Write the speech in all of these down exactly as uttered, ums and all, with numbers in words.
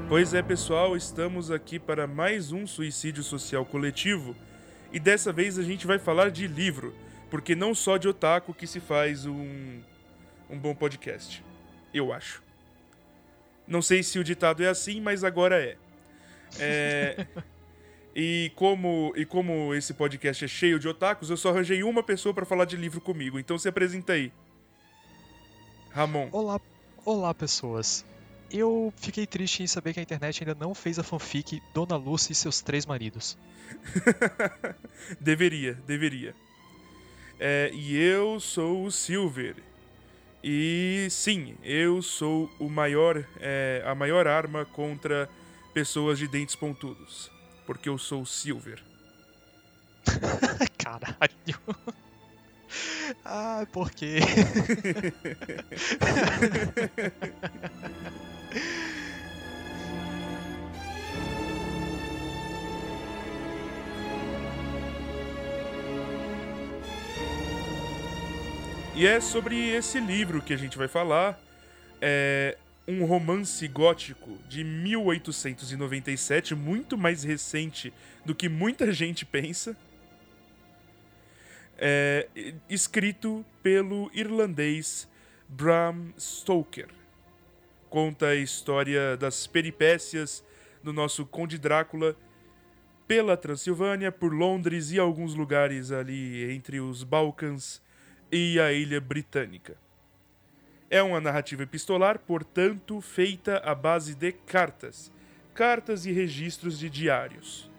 Pois é, pessoal, estamos aqui para mais um suicídio social coletivo e dessa vez a gente vai falar de livro, porque não só de otaku que se faz um, um bom podcast, eu acho. Não sei se o ditado é assim, mas agora é. É... E como, e como esse podcast é cheio de otakus, eu só arranjei uma pessoa para falar de livro comigo, então se apresenta aí. Ramon. Olá, olá pessoas. Eu fiquei triste em saber que a internet ainda não fez a fanfic Dona Lucy e seus três maridos. deveria, deveria. É, e eu sou o Silver. E sim, eu sou o maior, é, a maior arma contra pessoas de dentes pontudos. Porque eu sou o Silver. Caralho. Ah, por quê? E é sobre esse livro que a gente vai falar. É um romance gótico de mil oitocentos e noventa e sete, muito mais recente do que muita gente pensa. É, escrito pelo irlandês Bram Stoker. Conta a história das peripécias do nosso Conde Drácula pela Transilvânia, por Londres e alguns lugares ali entre os Balcãs e a Ilha Britânica. É uma narrativa epistolar, portanto, feita à base de cartas, cartas e registros de diários.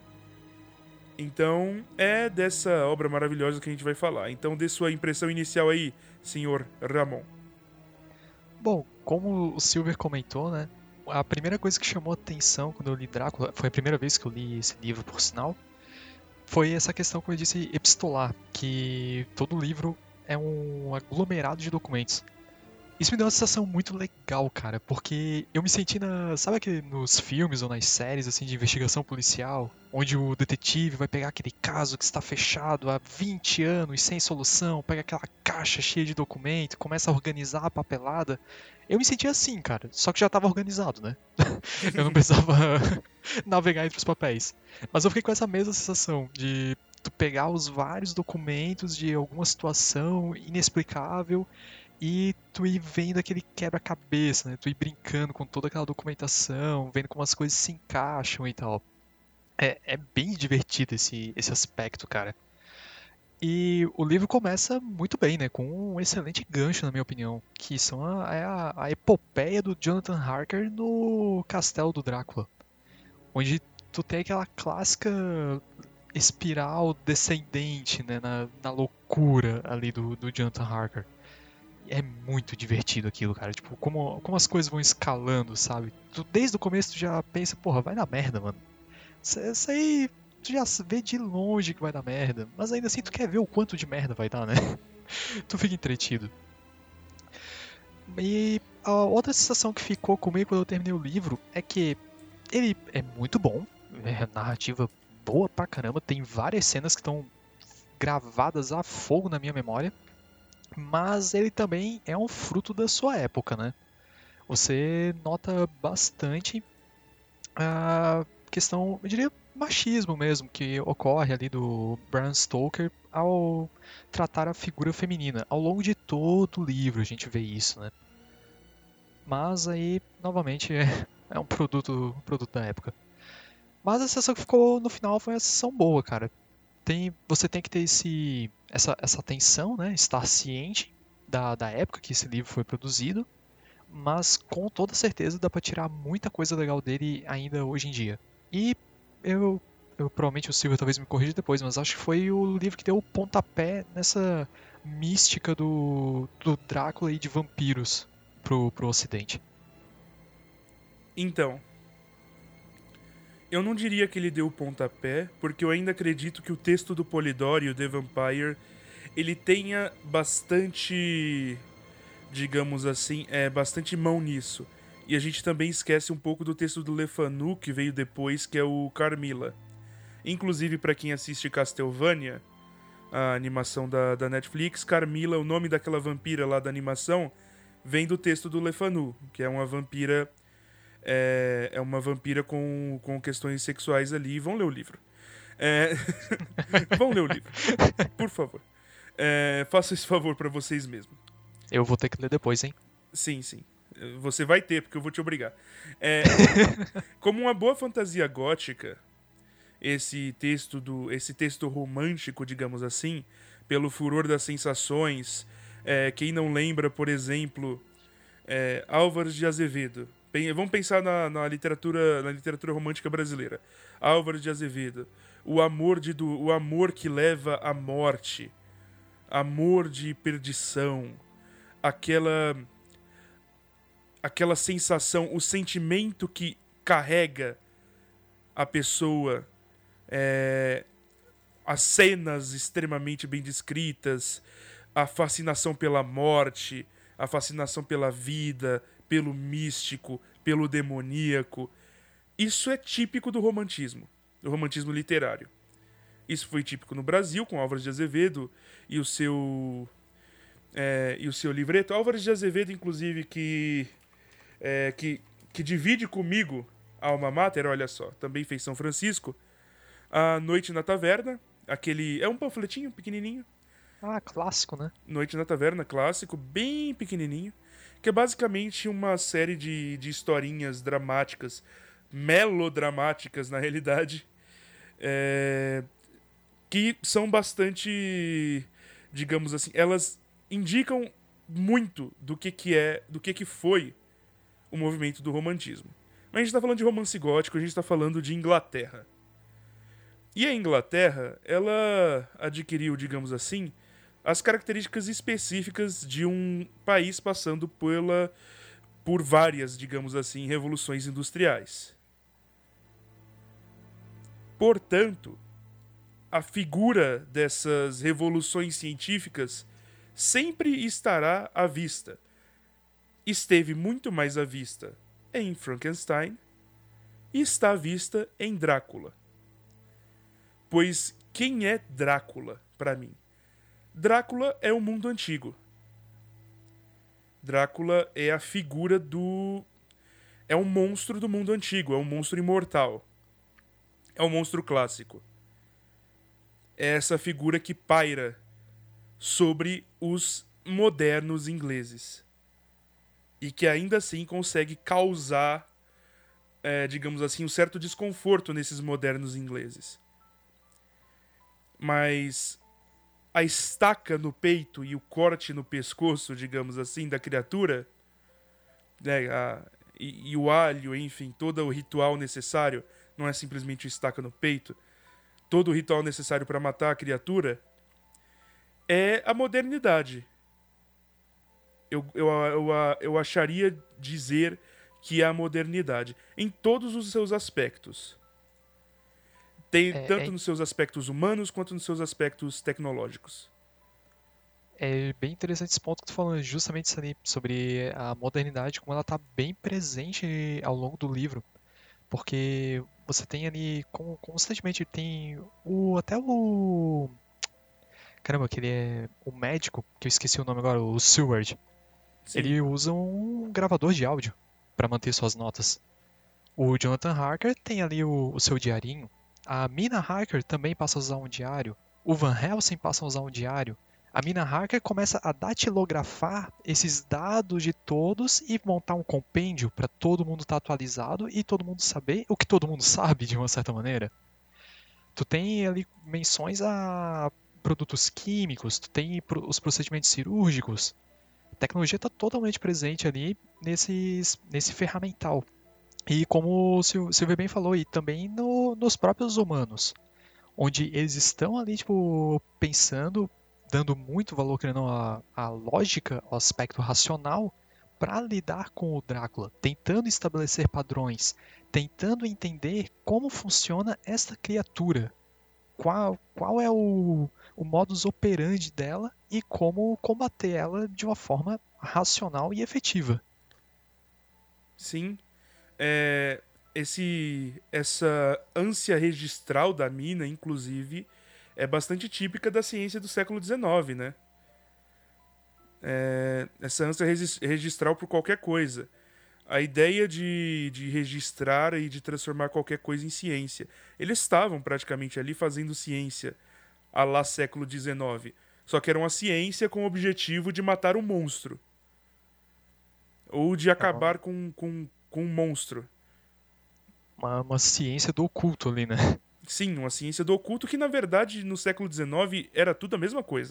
Então, é dessa obra maravilhosa que a gente vai falar. Então, dê sua impressão inicial aí, senhor Ramon. Bom, como o Silver comentou, né? A primeira coisa que chamou a atenção quando eu li Drácula, foi a primeira vez que eu li esse livro, por sinal, foi essa questão, como eu disse, epistolar, que todo livro é um aglomerado de documentos. Isso me deu uma sensação muito legal, cara, porque eu me senti na... Sabe aquele, nos filmes ou nas séries, assim, de investigação policial, onde o detetive vai pegar aquele caso que está fechado há vinte anos, sem solução, pega aquela caixa cheia de documento, começa a organizar a papelada. Eu me senti assim, cara, só que já estava organizado, né? Eu não precisava navegar entre os papéis. Mas eu fiquei com essa mesma sensação de tu pegar os vários documentos de alguma situação inexplicável e tu ir vendo aquele quebra-cabeça, né? Tu ir brincando com toda aquela documentação, vendo como as coisas se encaixam e tal. É, é bem divertido esse, esse aspecto, cara. E o livro começa muito bem, né? Com um excelente gancho, na minha opinião. Que são a, é a, a epopeia do Jonathan Harker no Castelo do Drácula. Onde tu tem aquela clássica espiral descendente, né? Na, na loucura ali do, do Jonathan Harker. É muito divertido aquilo, cara. Tipo, como, como as coisas vão escalando, sabe? Tu, desde o começo tu já pensa, porra, vai dar merda, mano. Isso aí tu já vê de longe que vai dar merda. Mas ainda assim tu quer ver o quanto de merda vai dar, né? Tu fica entretido. E a outra sensação que ficou comigo quando eu terminei o livro é que ele é muito bom. É narrativa boa pra caramba. Tem várias cenas que estão gravadas a fogo na minha memória. Mas ele também é um fruto da sua época, né? Você nota bastante a questão, eu diria, machismo mesmo, que ocorre ali do Bram Stoker ao tratar a figura feminina. Ao longo de todo o livro a gente vê isso, né? Mas aí, novamente, é, é um produto, um produto da época. Mas a sensação que ficou no final foi uma sensação boa, cara. Tem, você tem que ter esse, essa, essa atenção, né? Estar ciente da, da época que esse livro foi produzido, mas com toda certeza dá pra tirar muita coisa legal dele ainda hoje em dia. E eu, eu provavelmente o Silvio talvez me corrija depois, mas acho que foi o livro que deu o pontapé nessa mística do, do Drácula e de vampiros pro, pro ocidente. Então, eu não diria que ele deu o pontapé, porque eu ainda acredito que o texto do Polidori, o The Vampire, ele tenha bastante, digamos assim, é, bastante mão nisso. E a gente também esquece um pouco do texto do Le Fanu, que veio depois, que é o Carmilla. Inclusive, para quem assiste Castlevania, a animação da, da Netflix, Carmilla, o nome daquela vampira lá da animação, vem do texto do Le Fanu, que é uma vampira é, é uma vampira com, com questões sexuais ali. Vão ler o livro. É... Vão ler o livro, por favor. É... Faça esse favor pra vocês mesmos. Eu vou ter que ler depois, hein? Sim, sim. Você vai ter, porque eu vou te obrigar. É... Como uma boa fantasia gótica, esse texto, do, esse texto romântico, digamos assim, pelo furor das sensações. É... Quem não lembra, por exemplo, é... Álvares de Azevedo. Vamos pensar na, na, literatura, na literatura romântica brasileira. Álvares de Azevedo. O amor, de, do, o amor que leva à morte. Amor de perdição. Aquela, aquela sensação, o sentimento que carrega a pessoa. É, as cenas extremamente bem descritas. A fascinação pela morte. A fascinação pela vida, pelo místico, pelo demoníaco. Isso é típico do romantismo, do romantismo literário. Isso foi típico no Brasil, com Álvares de Azevedo e o seu, é, e o seu livreto. Álvares de Azevedo, inclusive, que, é, que, que divide comigo a alma mater, olha só, também fez São Francisco, A Noite na Taverna, aquele... é um panfletinho pequenininho. Ah, clássico, né? Noite na Taverna, clássico, bem pequenininho, que é basicamente uma série de, de historinhas dramáticas, melodramáticas na realidade, é, que são bastante, digamos assim, elas indicam muito do que, que é, do que, que foi o movimento do romantismo. Mas a gente está falando de romance gótico, a gente está falando de Inglaterra. E a Inglaterra, ela adquiriu, digamos assim, as características específicas de um país passando pela, por várias, digamos assim, revoluções industriais. Portanto, a figura dessas revoluções científicas sempre estará à vista. Esteve muito mais à vista em Frankenstein e está à vista em Drácula. Pois quem é Drácula, para mim? Drácula é o mundo antigo. Drácula é a figura do... é um monstro do mundo antigo, é um monstro imortal. É um monstro clássico. É essa figura que paira sobre os modernos ingleses. E que ainda assim consegue causar, é, digamos assim, um certo desconforto nesses modernos ingleses. Mas a estaca no peito e o corte no pescoço, digamos assim, da criatura, né, a, e, e o alho, enfim, todo o ritual necessário, não é simplesmente estaca no peito, todo o ritual necessário para matar a criatura, é a modernidade. Eu, eu, eu, eu acharia dizer que é a modernidade, em todos os seus aspectos. Tem, É, tanto é, nos seus aspectos humanos quanto nos seus aspectos tecnológicos. é bem interessante esse ponto que tu falou, justamente isso ali, sobre a modernidade, como ela está bem presente ao longo do livro. Porque você tem ali, constantemente, tem o, até o... Caramba, aquele é o médico, que eu esqueci o nome agora, o Seward. Sim. Ele usa um gravador de áudio para manter suas notas. O Jonathan Harker tem ali o, o seu diarinho. A Mina Harker também passa a usar um diário. O Van Helsing passa a usar um diário. A Mina Harker começa a datilografar esses dados de todos e montar um compêndio para todo mundo estar atualizado e todo mundo saber o que todo mundo sabe, de uma certa maneira. Tu tem ali menções a produtos químicos, tu tem os procedimentos cirúrgicos. A tecnologia está totalmente presente ali nesses, nesse ferramental. E como o Silvio bem falou, e também no, nos próprios humanos, onde eles estão ali, tipo, pensando, dando muito valor, querendo a, a lógica, o aspecto racional, para lidar com o Drácula, tentando estabelecer padrões, tentando entender como funciona esta criatura, qual, qual é o, o modus operandi dela e como combater ela de uma forma racional e efetiva. Sim. É, esse, essa ânsia registral da mina, inclusive, é bastante típica da ciência do século dezenove, né? É, essa ânsia registral por qualquer coisa. a ideia de, de registrar e de transformar qualquer coisa em ciência. Eles estavam praticamente ali fazendo ciência a lá século dezenove. Só que era uma ciência com o objetivo de matar um monstro. Ou de É uma, acabar com, com, com um monstro. uma, uma ciência do oculto ali, né? Sim, uma ciência do oculto que, na verdade, no século dezenove era tudo a mesma coisa.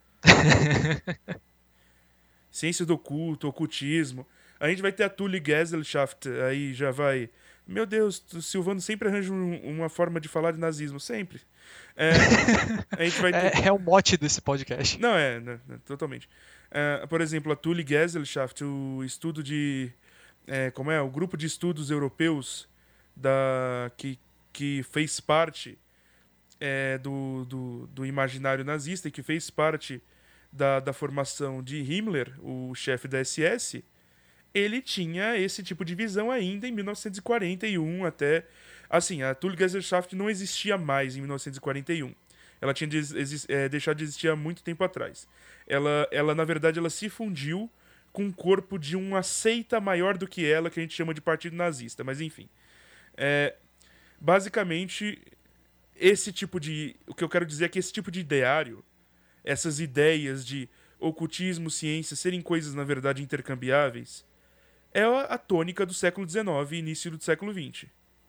Ciência do oculto, ocultismo. A gente vai ter a Thule Gesellschaft, aí já vai... Meu Deus, o Silvano sempre arranja um- uma forma de falar de nazismo, sempre. É, a gente vai ter... É, é o mote desse podcast. Não, é, né, né, totalmente. É, por exemplo, a Thule Gesellschaft, o estudo de... é, como é? O grupo de estudos europeus da, que, que fez parte é, do, do, do imaginário nazista e que fez parte da, da formação de Himmler, o chefe da S S, ele tinha esse tipo de visão ainda em mil novecentos e quarenta e um até... Assim, a Thule Gesellschaft não existia mais em mil novecentos e quarenta e um. Ela tinha de, exi- é, deixado de existir há muito tempo atrás. Ela, ela, na verdade, ela se fundiu com o corpo de uma seita maior do que ela, que a gente chama de Partido Nazista. Mas, enfim. É, basicamente, esse tipo de... O que eu quero dizer é que esse tipo de ideário, essas ideias de ocultismo, ciência, serem coisas, na verdade, intercambiáveis, é a, a tônica do século dezenove e início do século vinte.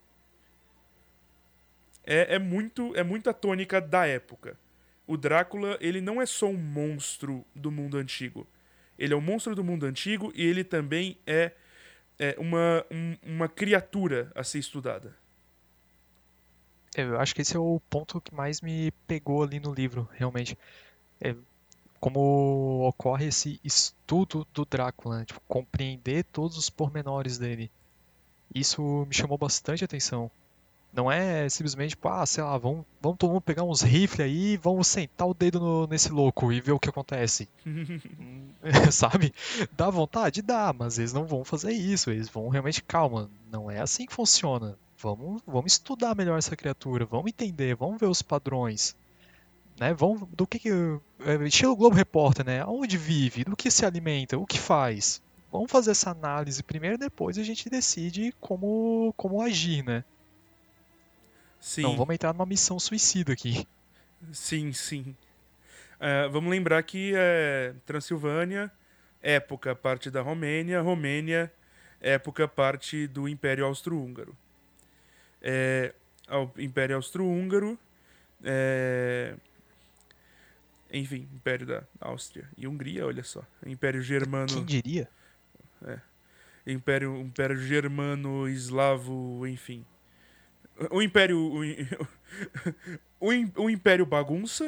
É, é, muito, é muito a tônica da época. O Drácula, ele não é só um monstro do mundo antigo. Ele é um monstro do mundo antigo e ele também é, é uma, um- uma criatura a ser estudada. Eu acho que esse é o ponto que mais me pegou ali no livro, realmente. É como ocorre esse estudo do Drácula, né? Tipo, compreender todos os pormenores dele. Isso me chamou bastante atenção. Não é simplesmente, tipo, ah, sei lá, vamos, vamos todo mundo pegar uns rifles aí e vamos sentar o dedo no- nesse louco e ver o que acontece. Hum, Sabe? Dá vontade? Dá, mas eles não vão fazer isso. Eles vão realmente, calma, não é assim que funciona. Vamos, vamos estudar melhor essa criatura, vamos entender, vamos ver os padrões, né? Vamos, do que que, é, estilo Globo Repórter, né? Aonde vive, do que se alimenta, o que faz. Vamos fazer essa análise primeiro, depois a gente decide como, como agir, né? Não, Sim, vamos entrar numa missão suicida aqui. sim, sim. É, vamos lembrar que é, Transilvânia, época parte da Romênia, Romênia, época parte do Império Austro-Húngaro. É, ao Império Austro-Húngaro, é, enfim, Império da Áustria e Hungria, olha só. Império Quem Germano, diria? Império, Império Germano, Eslavo, enfim. O Império. O, o, im- o Império Bagunça.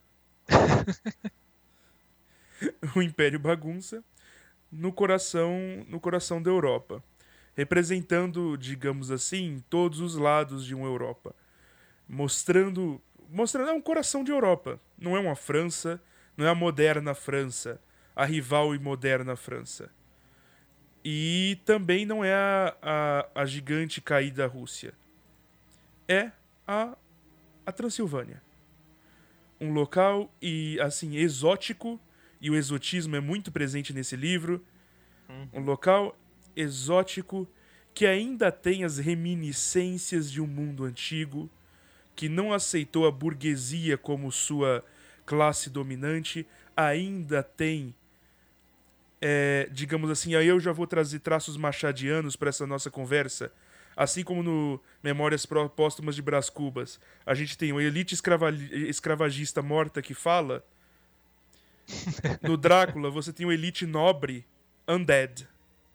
O Império Bagunça no coração, no coração da Europa. Representando, digamos assim, todos os lados de uma Europa. Mostrando. Mostrando. É um coração de Europa. Não é uma França. Não é a moderna França. A rival e moderna França. E também não é a, a, a gigante caída Rússia. É a, a Transilvânia. Um local e assim exótico, e o exotismo é muito presente nesse livro. Um Uhum. local exótico que ainda tem as reminiscências de um mundo antigo, que não aceitou a burguesia como sua classe dominante, ainda tem, é, digamos assim, aí eu já vou trazer traços machadianos para essa nossa conversa. Assim como no Memórias Pró- Póstumas de Brás Cubas, a gente tem uma elite escrava- escravagista morta que fala. No Drácula, você tem uma elite nobre undead.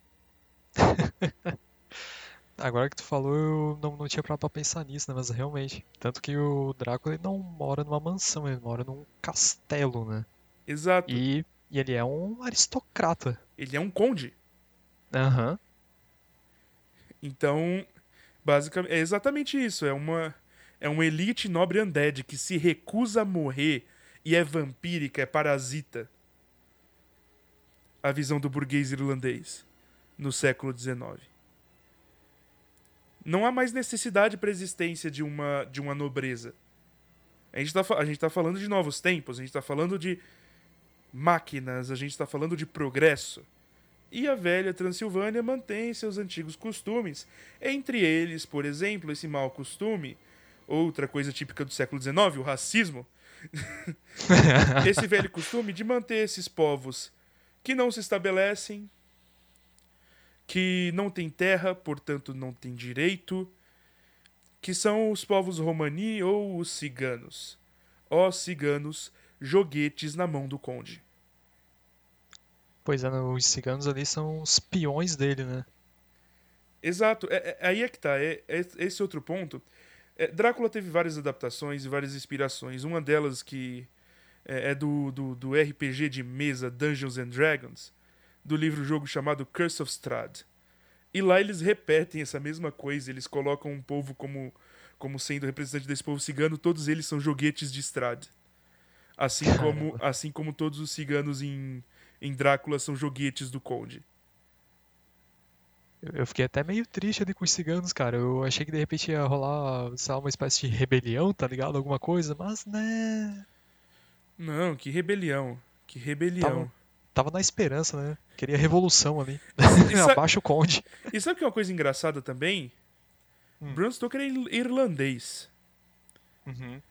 Agora que tu falou, eu não, não tinha parado pra pensar nisso, né? Mas realmente. Tanto que o Drácula ele não mora numa mansão, ele mora num castelo, né? Exato. E, e ele é um aristocrata. Ele é um conde. Aham. Então, basicamente, é exatamente isso. É uma, é uma elite nobre undead que se recusa a morrer e é vampírica, é parasita. A visão do burguês irlandês no século dezenove. Não há mais necessidade para a existência de uma, de uma nobreza. A gente, está a gente tá falando de novos tempos, a gente está falando de máquinas, a gente está falando de progresso. e a velha Transilvânia mantém seus antigos costumes. Entre eles, por exemplo, esse mau costume, outra coisa típica do século dezenove, o racismo. Esse velho costume de manter esses povos que não se estabelecem, que não têm terra, portanto não têm direito, que são os povos romani ou os ciganos. Ó ciganos, joguetes na mão do conde. Pois é, os ciganos ali são os peões dele, né? Exato, é, é, aí é que tá, é, é esse outro ponto. É, Drácula teve várias adaptações e várias inspirações. Uma delas que é, é do, do, do R P G de mesa Dungeons and Dragons, do livro-jogo chamado Curse of Strahd. E lá eles repetem essa mesma coisa, eles colocam um povo como, como sendo representante desse povo cigano, todos eles são joguetes de Strahd. Assim como, Caramba. assim como todos os ciganos em, em Drácula são joguetes do conde. Eu eu fiquei até meio triste ali com os ciganos, cara. Eu achei que de repente ia rolar, sei lá, uma espécie de rebelião, tá ligado? Alguma coisa, mas né. Não, que rebelião, que Tava, rebelião. tava na esperança, né? Queria revolução ali. E, sa- e sa- Abaixo o conde. e sabe o que é uma coisa engraçada também? Hum, Bram Stoker é ir- irlandês. uhum.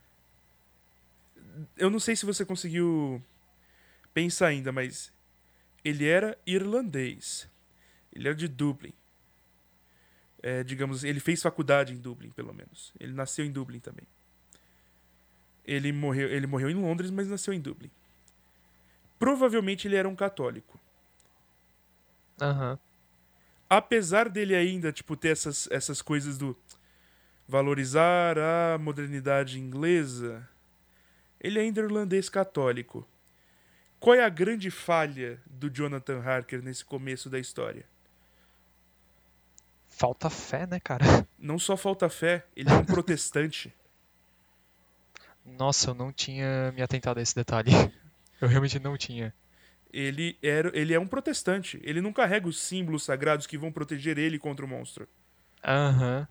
Eu não sei se você conseguiu pensar ainda, mas ele era irlandês. Ele era de Dublin. É, digamos, ele fez faculdade em Dublin, pelo menos. Ele nasceu em Dublin também. Ele morreu, ele morreu em Londres, mas nasceu em Dublin. Provavelmente ele era um católico. Aham. Apesar dele ainda, tipo, ter essas, essas coisas do valorizar a modernidade inglesa, ele ainda é irlandês católico. Qual é a grande falha do Jonathan Harker nesse começo da história? Falta fé, né, cara? Não só falta fé, ele é um protestante. Nossa, eu não tinha me atentado a esse detalhe. Eu realmente não tinha. Ele, era, ele é um protestante. Ele não carrega os símbolos sagrados que vão proteger ele contra o monstro. Aham.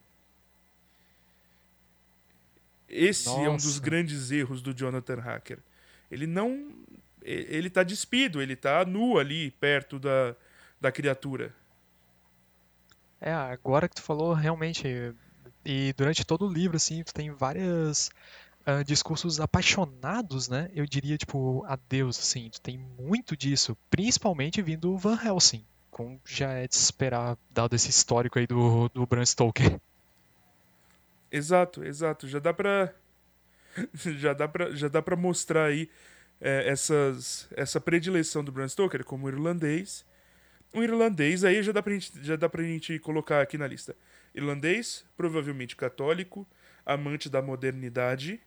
Esse é um dos Nossa. grandes erros do Jonathan Harker. Ele não. e- Ele tá despido, ele tá nu ali, perto da, da criatura. É, agora que tu falou, realmente. E durante todo o livro, assim, tu tem vários discursos apaixonados, né? Eu diria, tipo, a Deus, assim. Tu tem muito disso, principalmente vindo do Van Helsing, como já é de se esperar, dado esse histórico aí do, do Bram Stoker. Exato, exato. Já dá pra. Já dá pra, já dá pra mostrar aí é, essas, essa predileção do Bram Stoker como irlandês. Um irlandês aí já dá, pra gente, já dá pra gente colocar aqui na lista. Irlandês, provavelmente católico, amante da modernidade,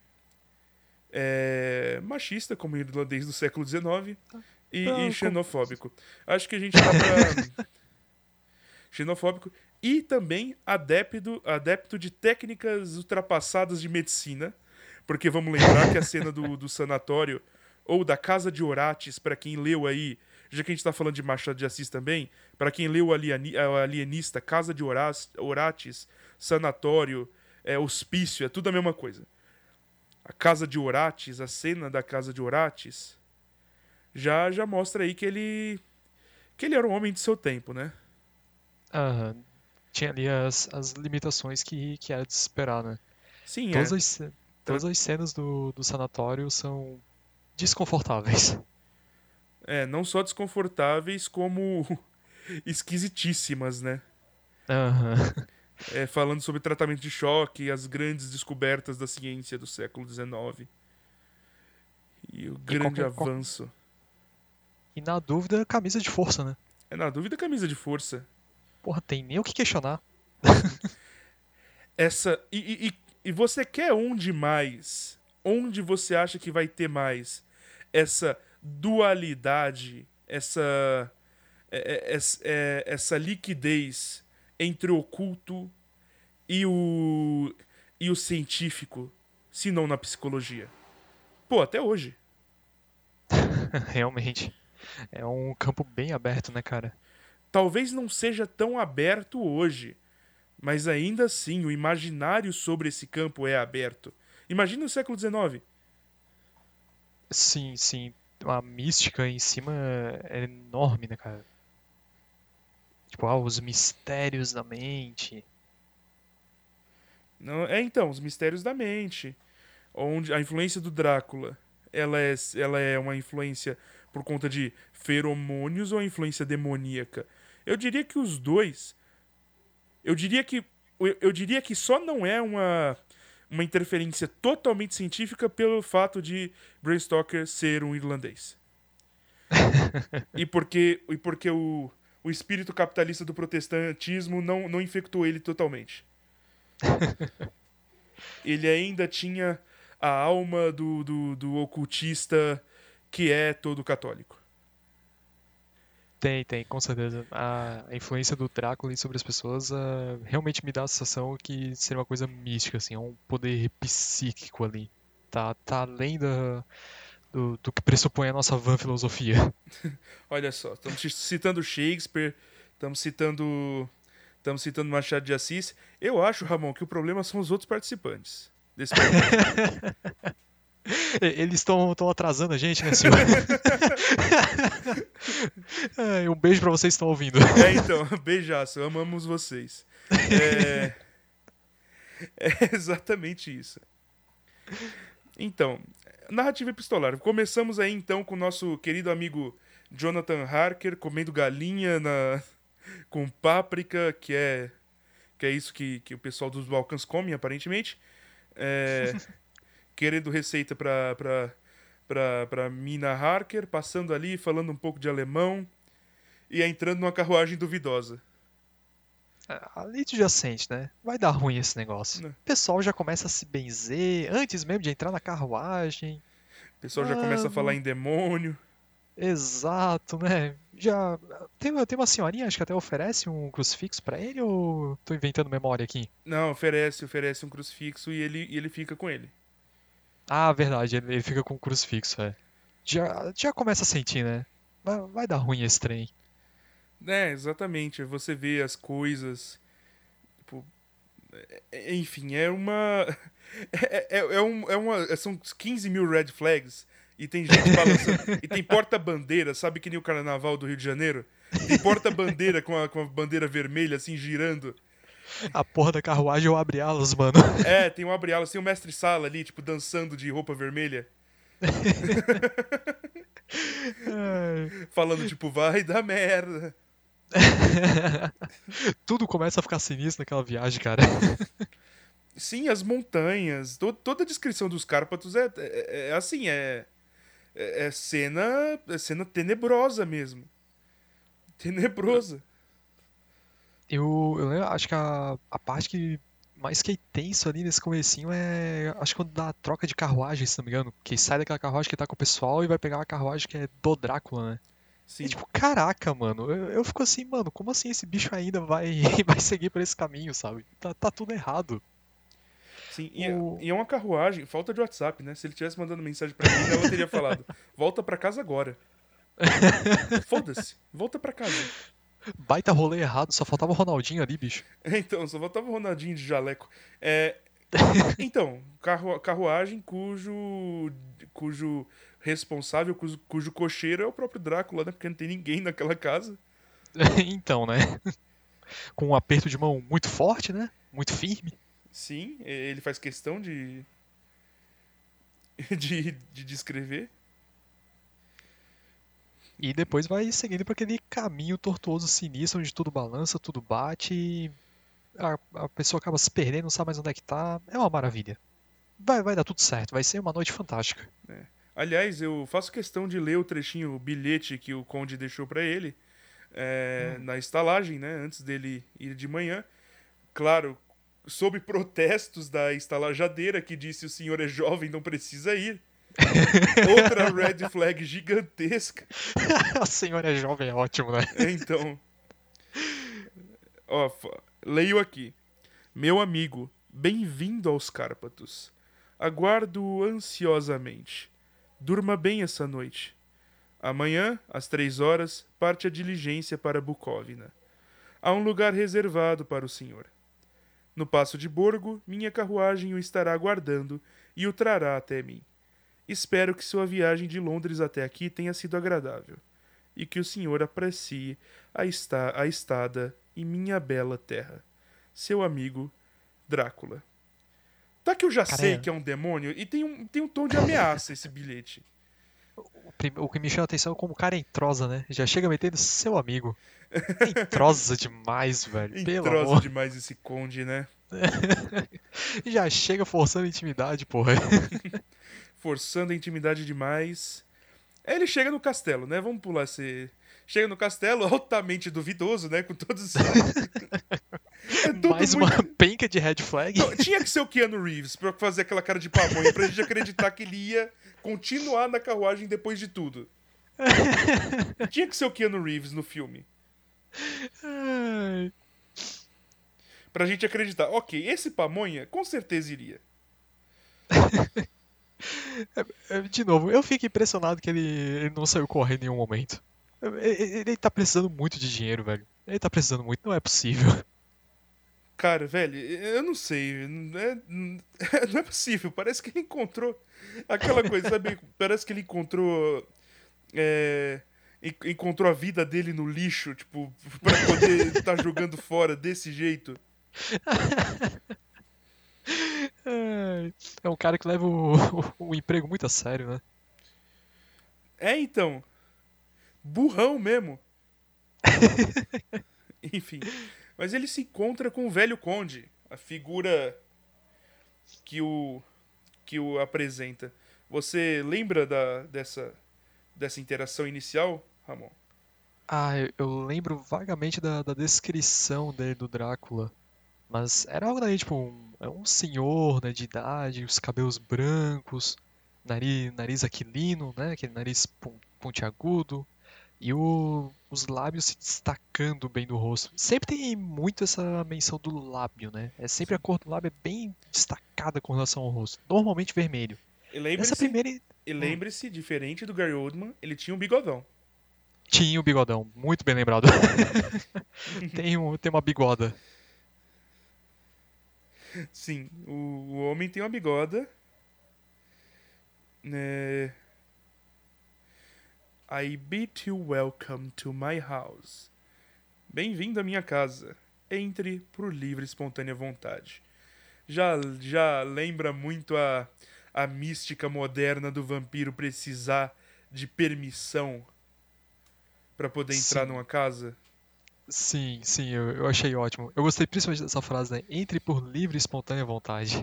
é, machista, como irlandês do século dezenove, e, e Então, com- xenofóbico. Acho que a gente dá pra. Xenofóbico. E também adepto, adepto de técnicas ultrapassadas de medicina. Porque vamos lembrar que a cena do, do sanatório, ou da Casa de Orates, pra quem leu aí, já que a gente tá falando de Machado de Assis também, pra quem leu o Alieni- o Alienista, Casa de Horaz- Orates, sanatório, é, hospício, é tudo a mesma coisa. A Casa de Orates, a cena da Casa de Orates, já, já mostra aí que ele, que ele era um homem de seu tempo, né? aham, tinha ali as, as limitações que, que era de se esperar, né? Sim, Todas é. as, ce- Tra- todas as cenas do, do sanatório são desconfortáveis. É, não só desconfortáveis, como esquisitíssimas, né? Aham. É, falando sobre tratamento de choque e as grandes descobertas da ciência do século dezenove. E o E grande qualquer, qual- avanço. e na dúvida, camisa de força, né? É, na dúvida, camisa de força. Porra, tem nem o que questionar. Essa. E, e, e e você quer onde mais? Onde você acha que vai ter mais? Essa dualidade, essa. é- é- é- é- essa liquidez entre o oculto e o. e o científico, se não na psicologia. Pô, até hoje. Realmente. É um campo bem aberto, né, cara? Talvez não seja tão aberto hoje, mas ainda assim o imaginário sobre esse campo é aberto. Imagina o século dezenove. Sim, sim. A mística em cima é enorme, né, cara? Tipo, ah, os mistérios da mente. Não, é então, os mistérios da mente, onde a influência do Drácula, ela é, ela é uma influência por conta de feromônios ou a influência demoníaca? Eu diria que os dois. Eu diria que eu, eu diria que só não é uma uma interferência totalmente científica pelo fato de Bram Stoker ser um irlandês. E porque e porque o o espírito capitalista do protestantismo não, não infectou ele totalmente. Ele ainda tinha a alma do, do, do ocultista que é todo católico. Tem, tem, com certeza. A a influência do Drácula ali sobre as pessoas ah, realmente me dá a sensação que seria uma coisa mística, assim, é um poder psíquico ali. Tá, tá além da, do, do que pressupõe a nossa van filosofia. Olha só, estamos citando Shakespeare, estamos citando estamos citando Machado de Assis. Eu acho, Ramon, que o problema são os outros participantes desse podcast. E- Eles estão atrasando a gente, né, Silvio? É, um beijo pra vocês que estão ouvindo. É, então, beijaço, amamos vocês. É, é exatamente isso. Então, narrativa epistolar. Começamos aí então com o nosso querido amigo Jonathan Harker comendo galinha na com páprica, que é que é isso que, que o pessoal dos Balcãs come, aparentemente. É, querendo receita pra, pra, pra, pra Mina Harker, passando ali, falando um pouco de alemão e entrando numa carruagem duvidosa. Ali adjacente, né? Vai dar ruim esse negócio. Né? O pessoal já começa a se benzer antes mesmo de entrar na carruagem. O pessoal já começa a falar Mano, em demônio. exato, né? Já tem, tem uma senhorinha, acho que até oferece um crucifixo pra ele ou tô inventando memória aqui? Não, oferece, oferece um crucifixo e ele, e ele fica com ele. Ah, verdade, ele, ele fica com o crucifixo, é. Já, já começa a sentir, né? Vai, vai dar ruim esse trem. É, exatamente. Você vê as coisas. Tipo, é- enfim, é uma. É, é, é um, é uma. São quinze mil red flags. E tem gente balançando. E tem porta-bandeira, sabe que nem o carnaval do Rio de Janeiro? Tem porta-bandeira com a, com a bandeira vermelha, assim, girando. A porra da carruagem eu abre alas, mano. É, tem um abre-alas, tem um mestre-sala ali, tipo, dançando de roupa vermelha. Ai. Falando, tipo, vai dar merda. Tudo começa a ficar sinistro naquela viagem, cara. Sim, as montanhas. To- toda a descrição dos Cárpatos é, é, é assim, é, é, é cena, é cena tenebrosa mesmo. Tenebrosa. Eu, eu lembro- acho que a, a parte que mais fiquei tenso ali nesse comecinho é. Acho que quando dá a troca de carruagem, se não me engano. Que sai daquela carruagem que tá com o pessoal e vai pegar uma carruagem que é do Drácula, né? E Sim, tipo, caraca, mano. Eu, eu fico assim, mano, como assim esse bicho ainda vai, vai seguir por esse caminho, sabe? Tá, tá tudo errado. sim. E, é- O... e é uma carruagem, falta de WhatsApp, né? Se ele tivesse mandando mensagem pra mim, ela teria falado: volta pra casa agora. Foda-se, volta pra casa. Baita rolê errado, só faltava o Ronaldinho ali, bicho. Então, só faltava o Ronaldinho de jaleco. É, então, carru carruagem cujo, cujo responsável, cujo, cujo cocheiro é o próprio Drácula, né? Porque não tem ninguém naquela casa. Então, né? Com um aperto de mão muito forte, né? Muito firme. Sim, ele faz questão de, de, de descrever. E depois vai seguindo por aquele caminho tortuoso, sinistro, onde tudo balança, tudo bate e a, a pessoa acaba se perdendo, não sabe mais onde é que tá. É uma maravilha. Vai, vai dar tudo certo, vai ser uma noite fantástica. Né? Aliás, eu faço questão de ler o trechinho, o bilhete que o Conde deixou pra ele é, Hum. na estalagem, né? Antes dele ir de manhã. Claro, sob protestos da estalajadeira que disse o senhor é jovem, não precisa ir. Outra red flag gigantesca. A senhora é jovem, é ótimo, né? Então, ó, f- leio aqui. Meu amigo, bem-vindo aos Cárpatos. Aguardo ansiosamente. Durma bem essa noite. Amanhã, às três horas, parte a diligência para Bukovina. Há um lugar reservado para o senhor. No passo de Borgo, minha carruagem o estará aguardando e o trará até mim. Espero que sua viagem de Londres até aqui tenha sido agradável. e que o senhor aprecie a, esta, a estada em minha bela terra. Seu amigo, Drácula. Tá que eu já Cara, sei é- que é um demônio e tem um, tem um tom de ameaça esse bilhete. O, prim- o que me chama a atenção é como o cara entrosa, né? Já chega metendo seu amigo. Entrosa demais, velho. Pelo Entrosa amor. demais esse conde, né? Já chega forçando intimidade, porra. Forçando a intimidade demais. Aí ele chega no castelo, né? Vamos pular esse... Chega no castelo, altamente duvidoso, né? Com todos... É tudo Mais muito... uma penca de red flag. Não, tinha que ser o Keanu Reeves pra fazer aquela cara de pamonha, pra gente acreditar que ele ia continuar na carruagem depois de tudo. Tinha que ser o Keanu Reeves no filme. Ai. Pra gente acreditar. Ok, esse pamonha com certeza iria. É, De novo, eu fico impressionado que ele, ele não saiu correndo em nenhum momento. Ele, ele tá precisando muito de dinheiro, velho. Ele tá precisando muito, não é possível. Cara, velho, eu não sei. Não é, não é possível. Parece que ele encontrou aquela coisa, sabe? Parece que ele encontrou. É, en- encontrou a vida dele no lixo, tipo, pra poder estar jogando fora desse jeito. Ai. É um cara que leva o, o, o emprego muito a sério, né? É, então. Burrão mesmo. Enfim. Mas ele se encontra com o velho conde, a figura que o que o apresenta. Você lembra da, dessa dessa interação inicial, Ramon? Ah, eu, eu lembro vagamente da, da descrição dele do Drácula. Mas era algo daí, tipo, um, é um senhor, né, de idade, os cabelos brancos, nariz, nariz aquilino, né, aquele nariz pon- pontiagudo, e o- os lábios se destacando bem do rosto. Sempre tem muito essa menção do lábio, né? É sempre a cor do lábio é bem destacada com relação ao rosto. Normalmente vermelho. E Nessa lembre-se, primeira e hum, lembre-se, diferente do Gary Oldman, ele tinha um bigodão. tinha o bigodão, muito bem lembrado. Tem, um, tem uma bigoda. Sim, o, o homem tem uma bigoda. Né? I bid you welcome to my house. Bem-vindo à minha casa. Entre por livre e espontânea vontade. Já, já lembra muito a, a mística moderna do vampiro precisar de permissão pra poder entrar Sim. numa casa? Sim, sim, eu, eu achei ótimo. Eu gostei principalmente dessa frase, né? Entre por livre e espontânea vontade.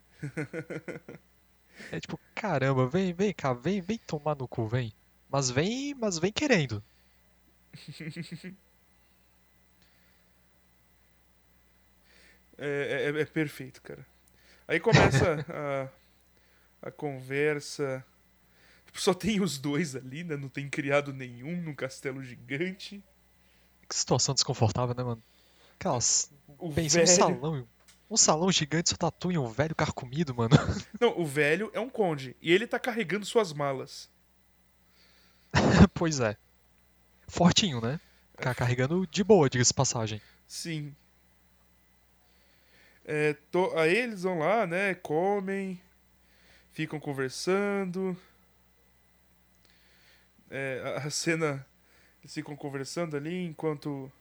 É tipo, caramba, vem, vem cá, vem, vem tomar no cu, vem. Mas vem, mas vem querendo. É, é, é perfeito, cara. Aí começa a, a conversa. Tipo, só tem os dois ali, né? Não tem criado nenhum num castelo gigante. Que situação desconfortável, né, mano? Aquelas. O Pensa, um velho. salão. Um salão gigante só tatua em um velho carcomido, mano. Não, o velho é um conde. E ele tá carregando suas malas. Pois é. Fortinho, né? Ca- Carregando de boa, diga-se de passagem. Sim. É, to- Aí eles vão lá, né? Comem. Ficam conversando. É, a a cena. Eles ficam conversando ali enquanto.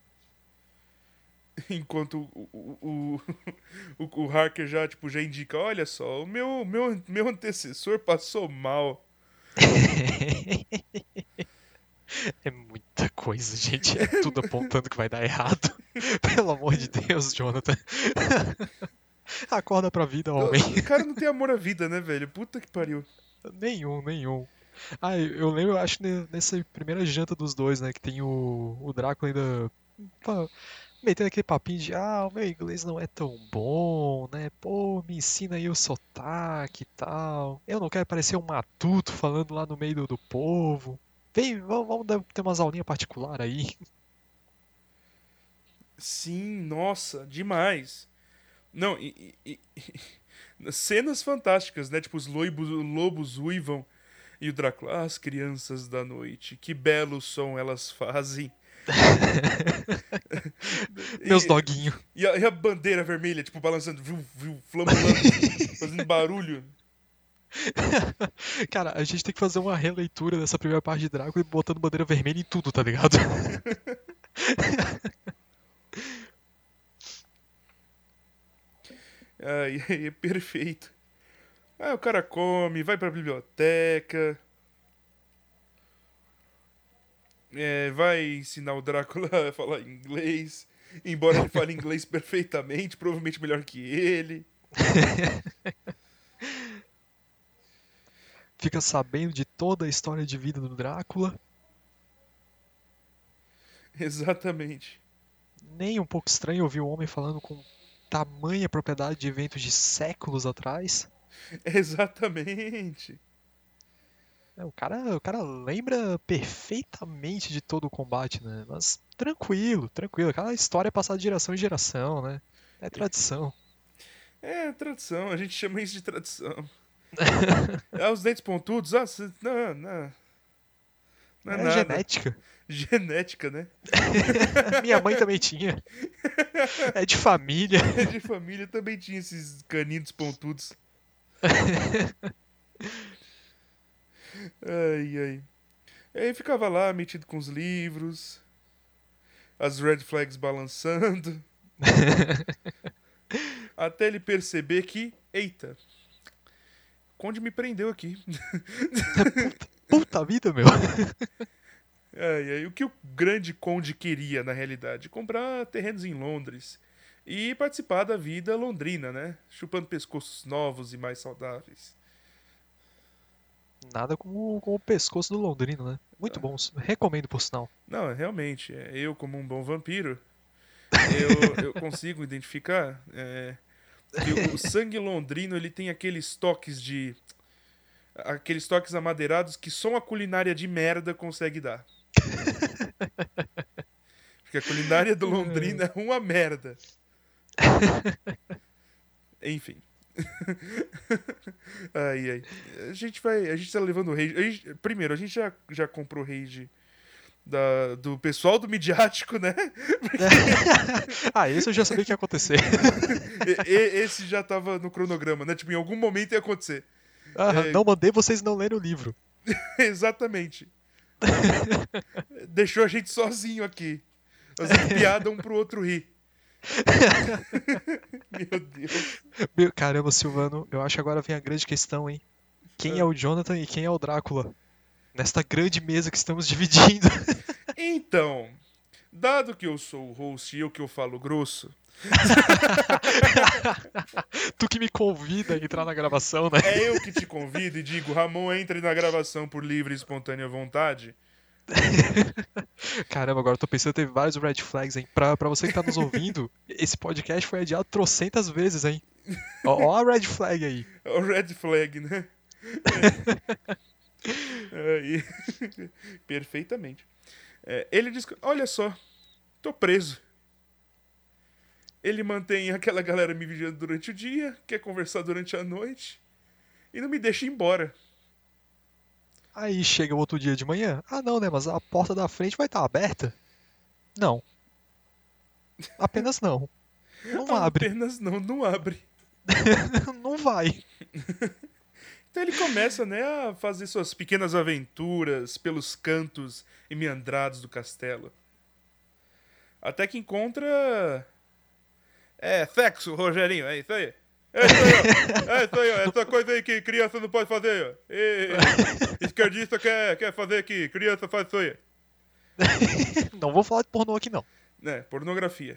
Enquanto o, o, o, o, o Harker já, tipo, já indica: olha só, o meu, meu, meu antecessor passou mal. É muita coisa, gente. É tudo apontando que vai dar errado. Pelo amor de Deus, Jonathan. Acorda pra vida, homem. O cara não tem amor à vida, né, velho? Puta que pariu. Nenhum, nenhum. Ah, eu eu lembro, eu acho, ne- nessa primeira janta dos dois, né? Que tem o, o Drácula ainda pá, metendo aquele papinho de ah, o meu inglês não é tão bom, né? Pô, me ensina aí o sotaque e tal. Eu não quero parecer um matuto falando lá no meio do, do povo. Vem, vamos, vamos dar- ter umas aulinhas particular aí. Sim, nossa, demais. Não, e, e- e- cenas fantásticas, né? Tipo, os loibos, lobos uivam e o Drácula, ah, as crianças da noite, que belo som elas fazem. Meus E, doguinhos. e a, e a bandeira vermelha, tipo, balançando, viu, viu, flamulando, fazendo barulho. Cara, a gente tem que fazer uma releitura dessa primeira parte de Drácula e botando bandeira vermelha em tudo, tá ligado? Ai, ai, é perfeito. Ah, o cara come, vai pra biblioteca, é, vai ensinar o Drácula a falar inglês, embora ele fale inglês perfeitamente, provavelmente melhor que ele. Fica sabendo de toda a história de vida do Drácula, Exatamente. nem um pouco estranho ouvir o homem falando com tamanha propriedade de eventos de séculos atrás. Exatamente. É, o cara, o cara lembra perfeitamente de todo o combate, né? Mas tranquilo, tranquilo. Aquela história é passada de geração em geração, né? É tradição. É tradição, a gente chama isso de tradição. Ah, os dentes pontudos? Ah, cê- não, não. Não é É nada. genética. Genética, né? Minha mãe também tinha. É de família. É de família também tinha esses caninos pontudos. Ai, ai. Aí ficava lá, metido com os livros, as red flags balançando, até ele perceber que, eita, Conde me prendeu aqui. Puta, puta vida, meu. Ai, ai, o que o grande Conde queria, na realidade? Comprar terrenos em Londres e participar da vida londrina, né? Chupando pescoços novos e mais saudáveis. Nada como, como o pescoço do Londrino, né? Muito bom. Recomendo, por sinal. Não, realmente, é, eu como um bom vampiro, eu, eu consigo identificar é, que o sangue londrino ele tem aqueles toques de... Aqueles toques amadeirados que só uma culinária de merda consegue dar. Porque a culinária do Londrina é uma merda. Enfim. Ai, ai. A gente vai. A gente tá levando o rage. a gente- primeiro, a gente já, já comprou rage da, do pessoal do midiático, né? Ah, esse eu já sabia que ia acontecer. E- e- esse já tava no cronograma, né? Tipo, em algum momento ia acontecer. Ah, É, não mandei vocês não lerem o livro. exatamente. Deixou a gente sozinho aqui. Fazendo piada um pro outro rir. Meu Deus. Meu, caramba, Silvano, eu acho que agora vem a grande questão, hein? Quem é o Jonathan e quem é o Drácula? Nesta grande mesa que estamos dividindo. Então, dado que eu sou o host e eu que eu falo grosso, Tu que me convida a entrar na gravação, né? é eu que te convido e digo, Ramon, entre na gravação por livre e espontânea vontade. Caramba, agora eu tô pensando, teve vários red flags, hein? Pra, pra você que tá nos ouvindo, esse podcast foi adiado trocentas vezes, hein? Ó, ó a red flag aí. É o red flag, né? Aí. Perfeitamente. É, ele diz que, olha só, tô preso. Ele mantém aquela galera me vigiando durante o dia, quer conversar durante a noite e não me deixa ir embora. Aí chega o outro dia de manhã. Ah, não, né? Mas a porta da frente vai estar aberta? Não. Apenas não. Não abre. Apenas não, não abre. Não vai. Então ele começa, né, a fazer suas pequenas aventuras pelos cantos e meandrados do castelo. Até que encontra... É, sexo, Rogerinho, é isso aí. É isso aí, ó. É isso aí, ó. Essa coisa aí que criança não pode fazer, ó. E, esquerdista quer, quer fazer aqui, criança faz isso aí. Não vou falar de pornô aqui, não. Né, pornografia.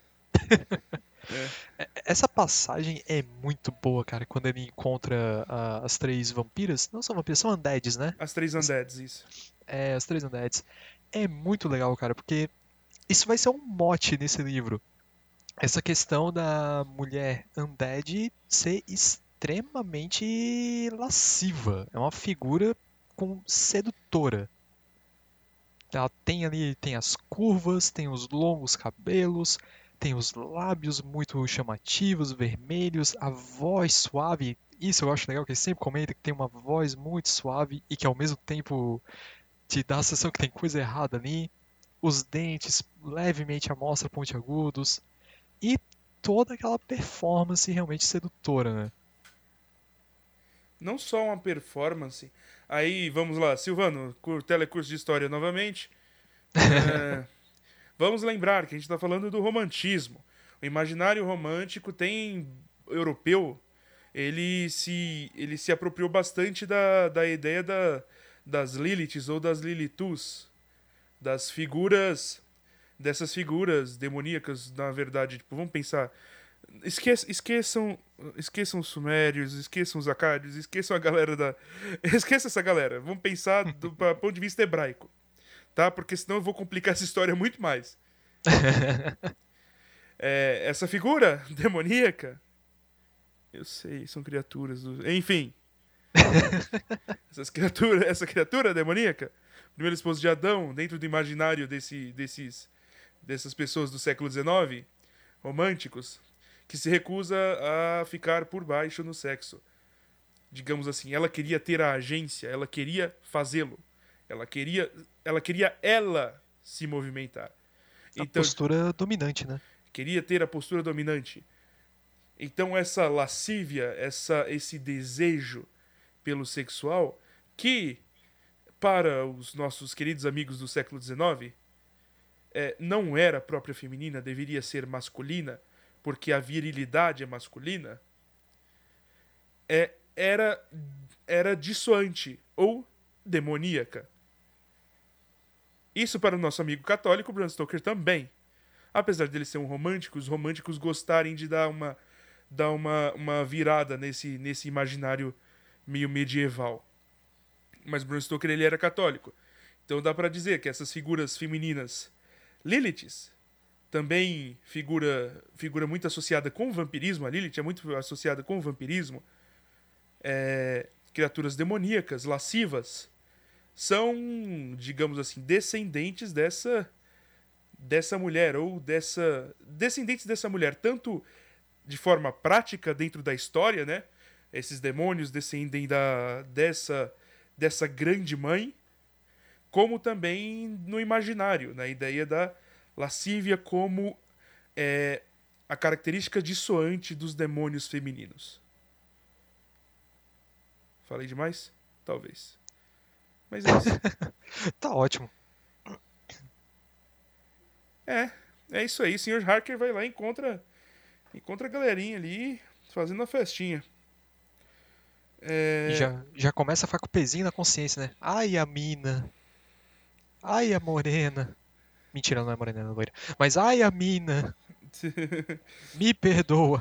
É. Essa passagem é muito boa, cara, quando ele encontra ah, as três vampiras. Não são vampiras, são undeads, né? As três undeads, isso. É, as três undeads. É muito legal, cara, porque isso vai ser um mote nesse livro. Essa questão da mulher undead ser extremamente lasciva. É uma figura com sedutora. Ela tem ali, tem as curvas, tem os longos cabelos, tem os lábios muito chamativos, vermelhos, a voz suave. Isso eu acho legal, que ele sempre comenta que tem uma voz muito suave e que ao mesmo tempo te dá a sensação que tem coisa errada ali. Os dentes levemente à mostra, pontiagudos. E toda aquela performance realmente sedutora, né? não só uma performance. Aí, vamos lá, Silvano, cur- telecurso de história novamente. É, vamos lembrar que a gente está falando do romantismo. O imaginário romântico tem europeu, ele se, ele se apropriou bastante da, da ideia da, das Liliths ou das Lilithus, das figuras, dessas figuras demoníacas, na verdade. Tipo, vamos pensar. Esque, esqueçam, esqueçam os sumérios, esqueçam os acádios, esqueçam a galera da. Esqueça essa galera. Vamos pensar do pra- ponto de vista hebraico, tá? Porque senão eu vou complicar essa história muito mais. É, essa figura demoníaca, eu sei, são criaturas. Do... Enfim, essas criaturas, essa criatura demoníaca, primeiro esposo de Adão, dentro do imaginário desse, desses, dessas pessoas do século dezenove, românticos, que se recusa a ficar por baixo no sexo. Digamos assim, ela queria ter a agência, ela queria fazê-lo. Ela queria, ela queria ela se movimentar. A Então, postura dominante, né? queria ter a postura dominante. Então essa lascívia, essa, esse desejo pelo sexual, que para os nossos queridos amigos do século dezenove, é, não era própria feminina, deveria ser masculina, porque a virilidade é masculina, é, era, era dissoante ou demoníaca. Isso para o nosso amigo católico, Bram Stoker, também. Apesar dele ser um romântico, os românticos gostarem de dar uma, dar uma, uma virada nesse, nesse imaginário meio medieval. Mas Bram Stoker, ele era católico. Então dá pra dizer que essas figuras femininas Liliths, também figura, figura muito associada com o vampirismo, a Lilith é muito associada com o vampirismo, é, criaturas demoníacas, lascivas, são, digamos assim, descendentes dessa dessa mulher, ou dessa descendentes dessa mulher, tanto de forma prática dentro da história, né? Esses demônios descendem da, dessa, dessa grande mãe, como também no imaginário, na ideia da lascívia como é, a característica dissoante dos demônios femininos. Falei demais? Talvez. Mas é isso. Tá ótimo. É, é isso aí. O senhor Harker vai lá e encontra, encontra a galerinha ali fazendo a festinha. E É... já, já começa a ficar com o pezinho na consciência, né? Ai, a mina. Ai, a morena. Mentira, não é morena, não é loira. Mas ai, a mina. Me perdoa.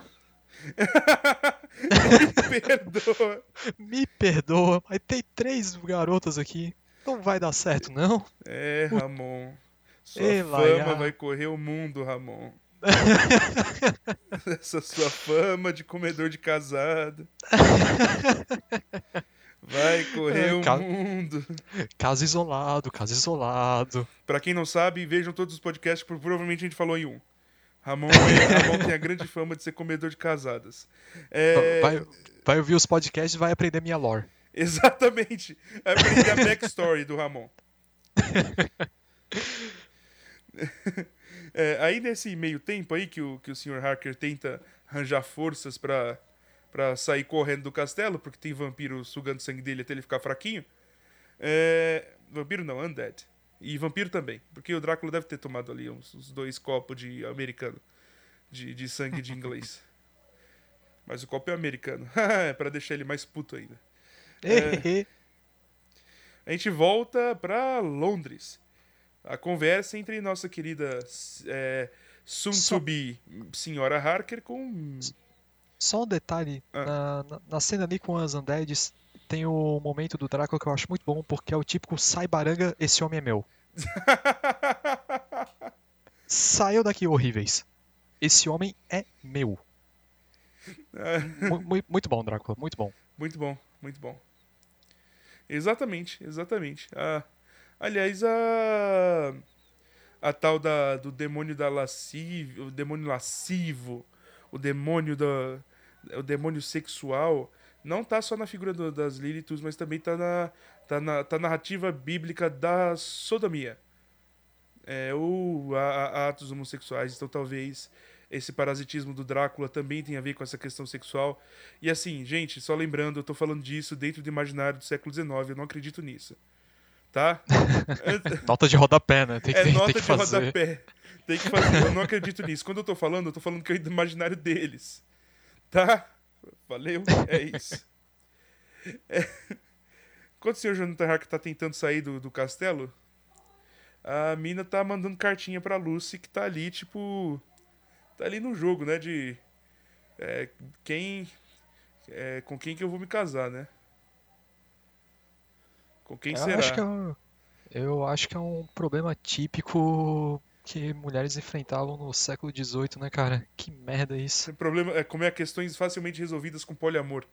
Me perdoa. Me perdoa. Mas tem três garotas aqui. Não vai dar certo, não. É, O- Ramon. Sua Ei, fama Laia. vai correr o mundo, Ramon. Essa sua fama de comedor de casado vai correr É, o ca- mundo. Caso isolado, caso isolado. Pra quem não sabe, vejam todos os podcasts, porque provavelmente a gente falou em um. Ramon, é, Ramon tem a grande fama de ser comedor de casadas. É, Vai, vai ouvir os podcasts e vai aprender minha lore. exatamente. Vai aprender a backstory do Ramon. É, aí nesse meio tempo aí que o, que o senhor Harker tenta arranjar forças pra, pra sair correndo do castelo, porque tem vampiro sugando sangue dele até ele ficar fraquinho. É, vampiro não, undead. E vampiro também, porque o Drácula deve ter tomado ali uns, uns dois copos de americano, de, de sangue de inglês. Mas o copo é americano, é pra deixar ele mais puto ainda. É, a gente volta pra Londres. A conversa entre nossa querida é, soon-to-be senhora Harker com... Só um detalhe, Ah. na, na, na cena ali com as Undeads, tem o momento do Drácula que eu acho muito bom, porque é o típico sai baranga, esse homem é meu. Saiu daqui, horríveis. Esse homem é meu. Mu- mu- muito bom, Drácula, muito bom. Muito bom, muito bom. Exatamente, exatamente. Ah, aliás, a... A tal da, do demônio da lascivo, o demônio lascivo, o demônio da... O demônio sexual, não tá só na figura do, das Liliths, mas também tá na, tá na tá na narrativa bíblica da sodomia. É, ou a, a atos homossexuais, então talvez esse parasitismo do Drácula também tem a ver com essa questão sexual. E assim, gente, só lembrando, eu tô falando disso dentro do imaginário do século dezenove, eu não acredito nisso. Tá? Nota de rodapé, né? Tem que, É tem nota que de fazer. rodapé. Tem que fazer. Eu não acredito nisso. Quando eu tô falando, eu tô falando que é do imaginário deles. Tá? Valeu? É isso. É. Enquanto o senhor Jonathan Harker tá tentando sair do, do castelo, a mina tá mandando cartinha pra Lucy, que tá ali, tipo... Tá ali no jogo, né? De... É, quem... É, com quem que eu vou me casar, né? Com quem Eu será? acho que é um, eu acho que é um problema típico que mulheres enfrentavam no século dezoito, né, cara? Que merda é isso. O problema é como é questões facilmente resolvidas com poliamor.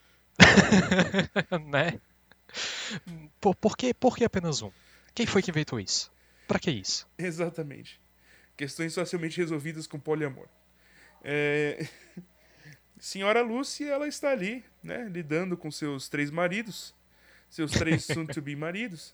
Né? Por, por que, por que apenas um? Quem foi que inventou isso? Pra que isso? Exatamente. Questões facilmente resolvidas com poliamor. É... Senhora Lucy, ela está ali, né? Lidando com seus três maridos. Seus três soon-to-be maridos.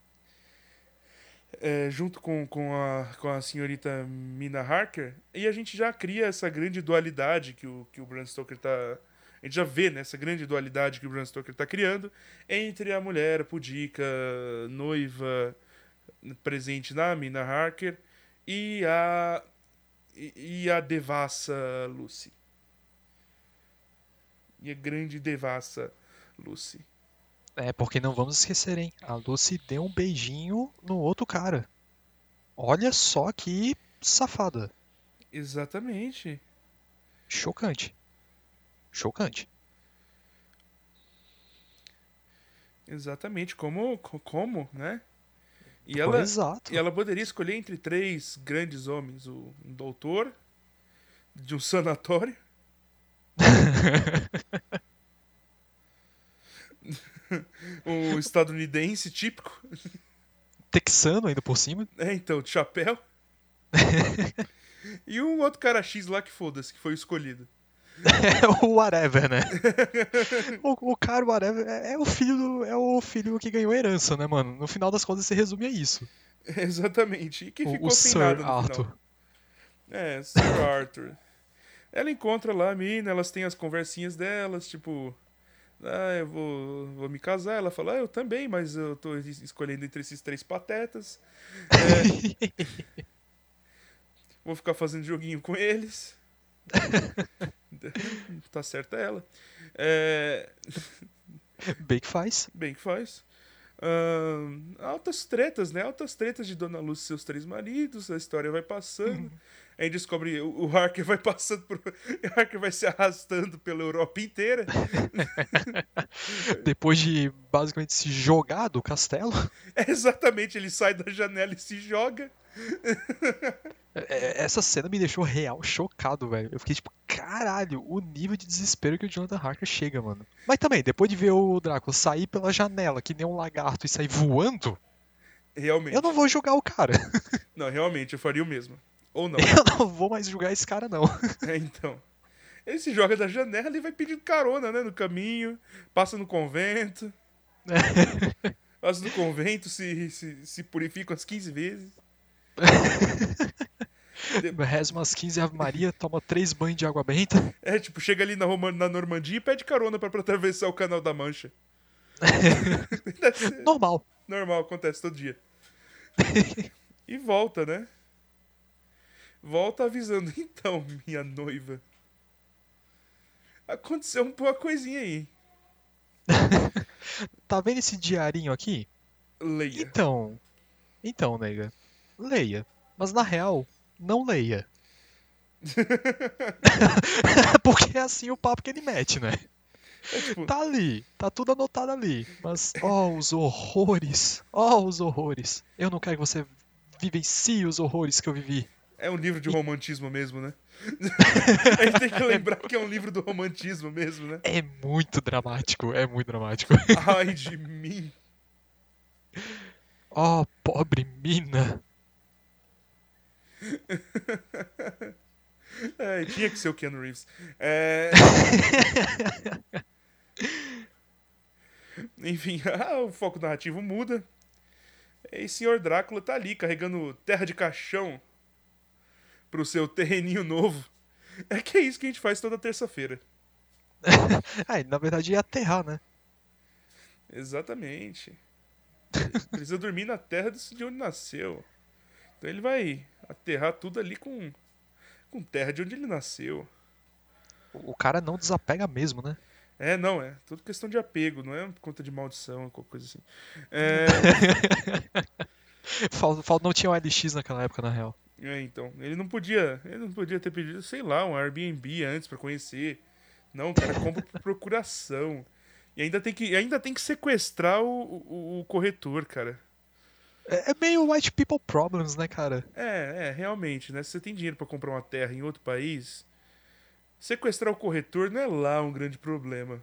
É, junto com, com, a, com a senhorita Mina Harker. E a gente já cria essa grande dualidade que o, que o Bram Stoker tá... A gente já vê, né, essa grande dualidade que o Bram Stoker tá criando entre a mulher pudica, noiva, presente na Mina Harker, e a, e, e a devassa Lucy. E a grande devassa Lucy. É, porque não vamos esquecer, hein? A Lucy deu um beijinho no outro cara. Olha só que safada. Exatamente. Chocante. Chocante. Exatamente. Como, co- como, né? E Pô, ela, e exato. ela poderia escolher entre três grandes homens: o um doutor de um sanatório, um estadunidense típico, Texano ainda por cima. né? Então, de chapéu, e um outro cara X lá que foda-se, que foi o escolhido. É o whatever, né? O, o cara whatever é, é o filho do, é o filho que ganhou a herança, né, mano? No final das contas se resume a isso. Exatamente. E que O, o ficou sem Sir nada no final. Arthur. É, Sir Arthur. Ela encontra lá a mina, elas têm as conversinhas delas, tipo, ah, eu vou, vou me casar. Ela fala, ah, eu também, mas eu tô es- escolhendo entre esses três patetas. É, vou ficar fazendo joguinho com eles. Tá certa ela. É, Bem que faz. bem que faz. Ahn, altas tretas, né? Altas tretas de Dona Lúcia e seus três maridos. A história vai passando. Aí descobre o, o Harker vai passando por. O Harker vai se arrastando pela Europa inteira. Depois de basicamente se jogar do castelo. É, exatamente, ele sai da janela e se joga. É- Essa cena me deixou real chocado, velho. Eu fiquei tipo, caralho, o nível de desespero que o Jonathan Harker chega, mano. Mas também, depois de ver o Drácula sair pela janela que nem um lagarto e sair voando, eu não Realmente. vou julgar o cara. Não, realmente, eu faria o mesmo. Ou não. Eu não vou mais julgar esse cara, não. É, então. Ele se joga da janela e vai pedindo carona, né? No caminho. Passa no convento. Passa no convento, se, se, se purifica umas quinze vezes. De- Reza umas quinze Ave Maria, toma três banhos de água benta. É, tipo, chega ali na, Roma, na Normandia e pede carona pra, pra atravessar o Canal da Mancha. Deve ser Normal. normal, acontece todo dia. E volta, né? Volta avisando. Então, minha noiva. Aconteceu uma coisinha aí. Tá vendo esse diarinho aqui? Leia. Então, então, nega, leia. Mas na real, não leia. Porque é assim o papo que ele mete, né? É tipo, Tá ali, tá tudo anotado ali. Mas, ó, os horrores, ó, os horrores. Eu não quero que você vivencie os horrores que eu vivi. é um livro de E romantismo mesmo, né? A gente tem que lembrar que é um livro do romantismo mesmo, né? é muito dramático, é muito dramático. Ai de mim. Ó, pobre mina. É, tinha que ser o Keanu Reeves. É... Enfim, ah, o foco narrativo muda. E senhor Drácula tá ali carregando terra de caixão pro seu terreninho novo. É que é isso que a gente faz toda terça-feira. Ah, ele na verdade ia aterrar, né? Exatamente. Ele precisa dormir na terra de onde nasceu. Então ele vai aterrar tudo ali com, com terra de onde ele nasceu. O o cara não desapega mesmo, né? É, não, é tudo questão de apego, não é por conta de maldição, qualquer coisa assim. É, Fal- fal- Não tinha o L X naquela época, na real. é, então, ele não podia, ele não podia ter pedido, sei lá, um Airbnb antes pra conhecer. Não, o cara compra por procuração. E ainda tem que, ainda tem que sequestrar o, o, o corretor, cara. É, é meio white people problems, né, cara? É, é, realmente, né? Se você tem dinheiro pra comprar uma terra em outro país, sequestrar o corretor não é lá um grande problema.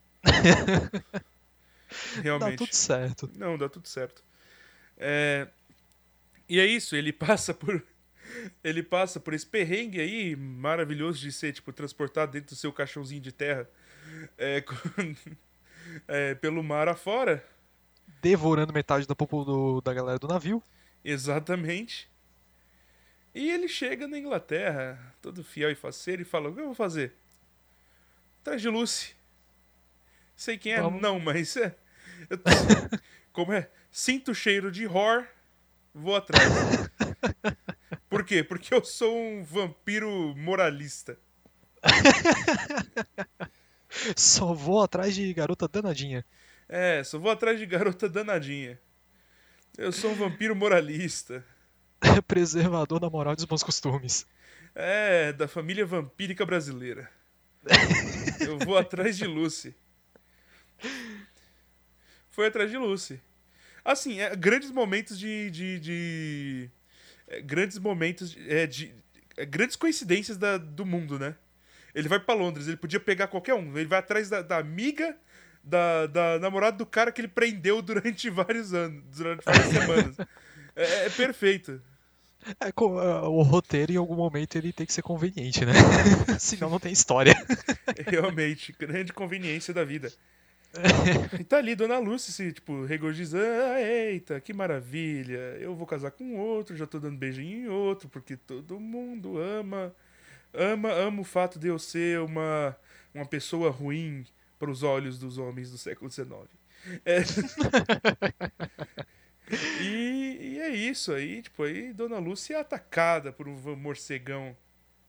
Dá tudo Realmente. certo. Não, dá tudo certo. É, e é isso, ele passa por. Ele passa por esse perrengue aí maravilhoso de ser, tipo, transportado dentro do seu caixãozinho de terra é, com- é, pelo mar afora. Devorando metade da, popu- do- da galera do navio. Exatamente. E ele chega na Inglaterra, todo fiel e faceiro, e fala: O que eu vou fazer? Atrás de Lucy. Sei quem é? Vamos. Não, mas é. eu- como é? Sinto o cheiro de horror, vou atrás. Por quê? Porque eu sou um vampiro moralista. Só vou atrás de garota danadinha. É, só vou atrás de garota danadinha. Eu sou um vampiro moralista. Preservador da moral e dos bons costumes. É, da família vampírica brasileira. Eu vou atrás de Lucy. Foi atrás de Lucy. Assim, é, grandes momentos de. de, de- é, grandes momentos de. é, de- é, grandes coincidências da- do mundo, né? Ele vai pra Londres, ele podia pegar qualquer um. Ele vai atrás da, da amiga da, da namorada do cara que ele prendeu durante vários anos, durante várias semanas. É, é perfeito. É, co- ah, o roteiro, em algum momento, ele tem que ser conveniente, né? Senão não tem história. Realmente, grande conveniência da vida. E tá ali, Dona Lúcia, se, tipo, regozijando. Ah, eita, que maravilha. Eu vou casar com outro, já tô dando beijinho em outro, porque todo mundo ama. Ama, ama o fato de eu ser uma, uma pessoa ruim para os olhos dos homens do século dezenove. É, e, e é isso aí, tipo, aí Dona Lúcia é atacada por um morcegão.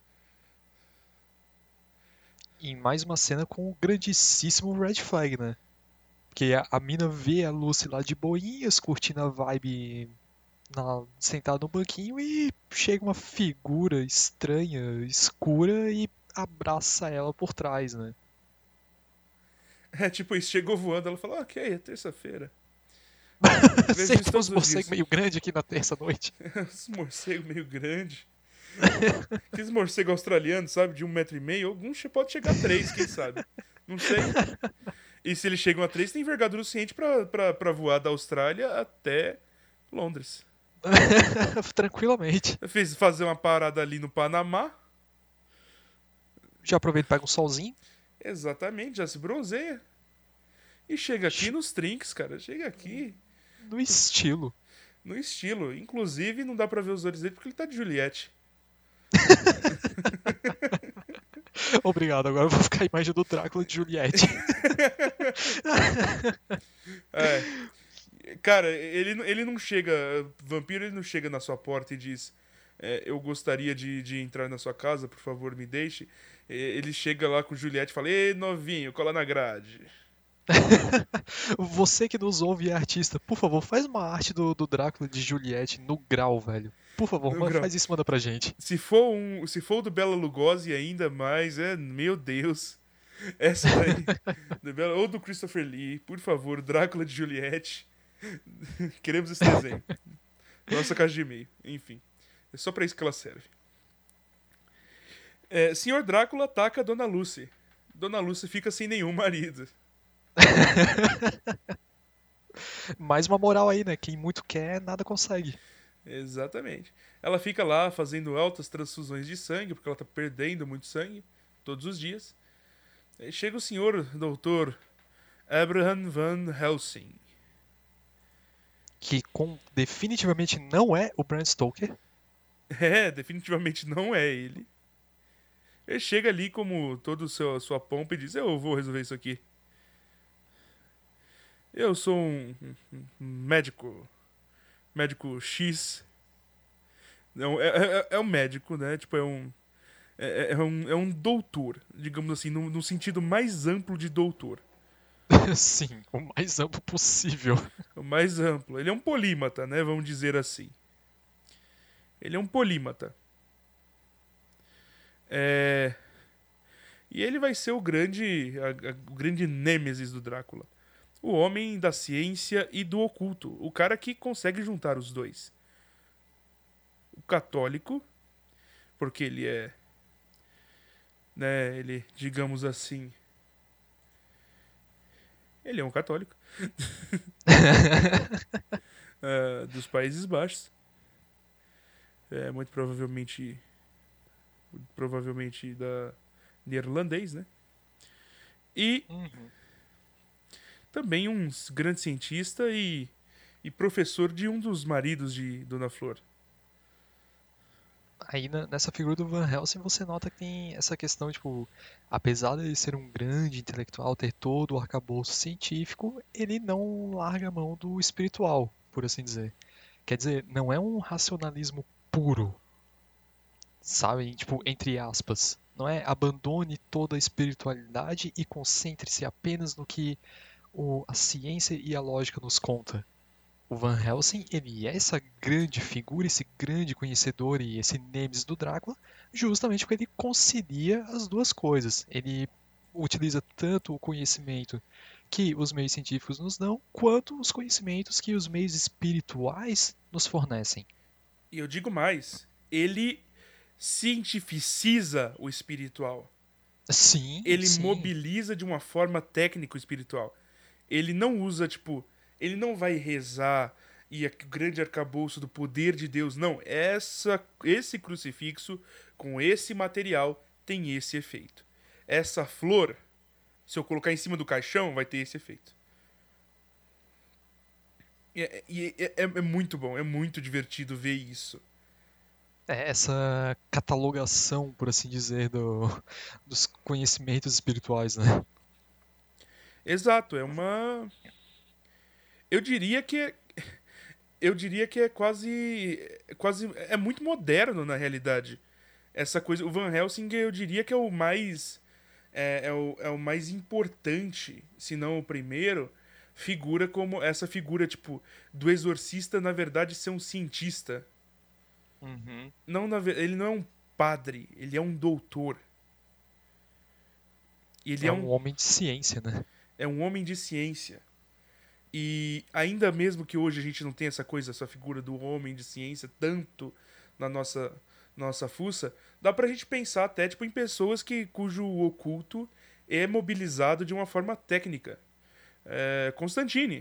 Em mais uma cena com o grandíssimo red flag, né? Porque a, a mina vê a Lucy lá de boinhas, curtindo a vibe na, sentada no banquinho e chega uma figura estranha, escura e abraça ela por trás, né? É tipo isso, chegou voando, ela falou, ok, é terça-feira. Vejo Sempre isso tem uns todos os morcegos dias. meio grande aqui na terça-noite. Esse morcego meio grande. Aqueles morcegos australianos, sabe, de um metro e meio, alguns pode chegar a três, quem sabe. Não sei. E se eles chegam a três, tem envergadura suficiente pra, pra, pra voar da Austrália até Londres. Tranquilamente. Eu fiz fazer uma parada ali no Panamá. Já aproveita e pega um solzinho. Exatamente, já se bronzeia. E chega aqui nos trinks, cara. Chega aqui No estilo. no estilo. Inclusive, não dá pra ver os olhos dele porque ele tá de Juliette. Obrigado, agora eu vou ficar a imagem do Drácula de Juliette. É. Cara, ele, ele não chega. Vampiro, ele não chega na sua porta e diz: é, eu gostaria de, de entrar na sua casa, por favor, me deixe. É, Ele chega lá com Juliette e fala: Ei, novinho, cola na grade. Você que nos ouve e é artista, por favor, faz uma arte do, do Drácula de Juliette no grau, velho. Por favor, No manda- grau. faz isso e manda pra gente. Se for, um, se for o do Bela Lugosi ainda mais, é. Meu Deus. Essa daí. do Bela- ou do Christopher Lee, por favor, Drácula de Juliette. Queremos esse desenho. Nossa caixa de e-mail. Enfim. É só pra isso que ela serve. É, senhor Drácula ataca a Dona Lucy. Dona Lucy fica sem nenhum marido. Mais uma moral aí, né? Quem muito quer, nada consegue. Exatamente. Ela fica lá fazendo altas transfusões de sangue, porque ela tá perdendo muito sangue todos os dias. Aí chega o senhor doutor Abraham Van Helsing. Que com, definitivamente não é o Bram Stoker. É, definitivamente não é ele. Ele chega ali como todo o seu, sua pompa e diz: eu vou resolver isso aqui. Eu sou um, um- um médico. Médico X. Não, é, é, é um médico, né? Tipo, é um. É, é é um, é um doutor, digamos assim, no, no sentido mais amplo de doutor. Sim, o mais amplo possível. O mais amplo. Ele é um polímata, né? Vamos dizer assim. Ele é um polímata. É... E ele vai ser o grande, a- a- o grande nêmesis do Drácula. O homem da ciência e do oculto. O cara que consegue juntar os dois. O católico, porque ele é, né, ele, digamos assim, ele é um católico ah, dos Países Baixos. É muito provavelmente, provavelmente da neerlandês, né? E Uhum. também um grande cientista e, e professor de um dos maridos de Dona Flor. Aí na- nessa figura do Van Helsing você nota que tem essa questão, tipo, apesar de ele ser um grande intelectual, ter todo o arcabouço científico, ele não larga a mão do espiritual, por assim dizer. Quer dizer, não é um racionalismo puro, sabe? Tipo, entre aspas. Não é abandone toda a espiritualidade e concentre-se apenas no que o- a ciência e a lógica nos conta. O Van Helsing, ele é essa grande figura, esse grande conhecedor e esse nêmesis do Drácula, justamente porque ele concilia as duas coisas. Ele utiliza tanto o conhecimento que os meios científicos nos dão, quanto os conhecimentos que os meios espirituais nos fornecem. E eu digo mais, ele cientificiza o espiritual. Sim, Ele sim. mobiliza de uma forma técnico-espiritual. Ele não usa, tipo, ele não vai rezar e o grande arcabouço do poder de Deus. Não, essa, esse crucifixo com esse material tem esse efeito. Essa flor, se eu colocar em cima do caixão, vai ter esse efeito. E é, é, é, é muito bom, é muito divertido ver isso. É essa catalogação, por assim dizer, do, dos conhecimentos espirituais, né? Exato, é uma. Eu diria que é eu diria que é quase, é quase, é muito moderno na realidade. Essa coisa, o Van Helsing eu diria que é o mais, é, é o, é o mais importante, se não o primeiro, figura como essa figura tipo do exorcista na verdade ser um cientista. Uhum. Não na, ve- ele não é um padre, ele é um doutor. Ele É é um um, homem de ciência, né? é um homem de ciência. E ainda mesmo que hoje a gente não tenha essa coisa, essa figura do homem de ciência tanto na nossa nossa fuça, dá pra gente pensar até tipo em pessoas que cujo oculto é mobilizado de uma forma técnica. É, Constantine,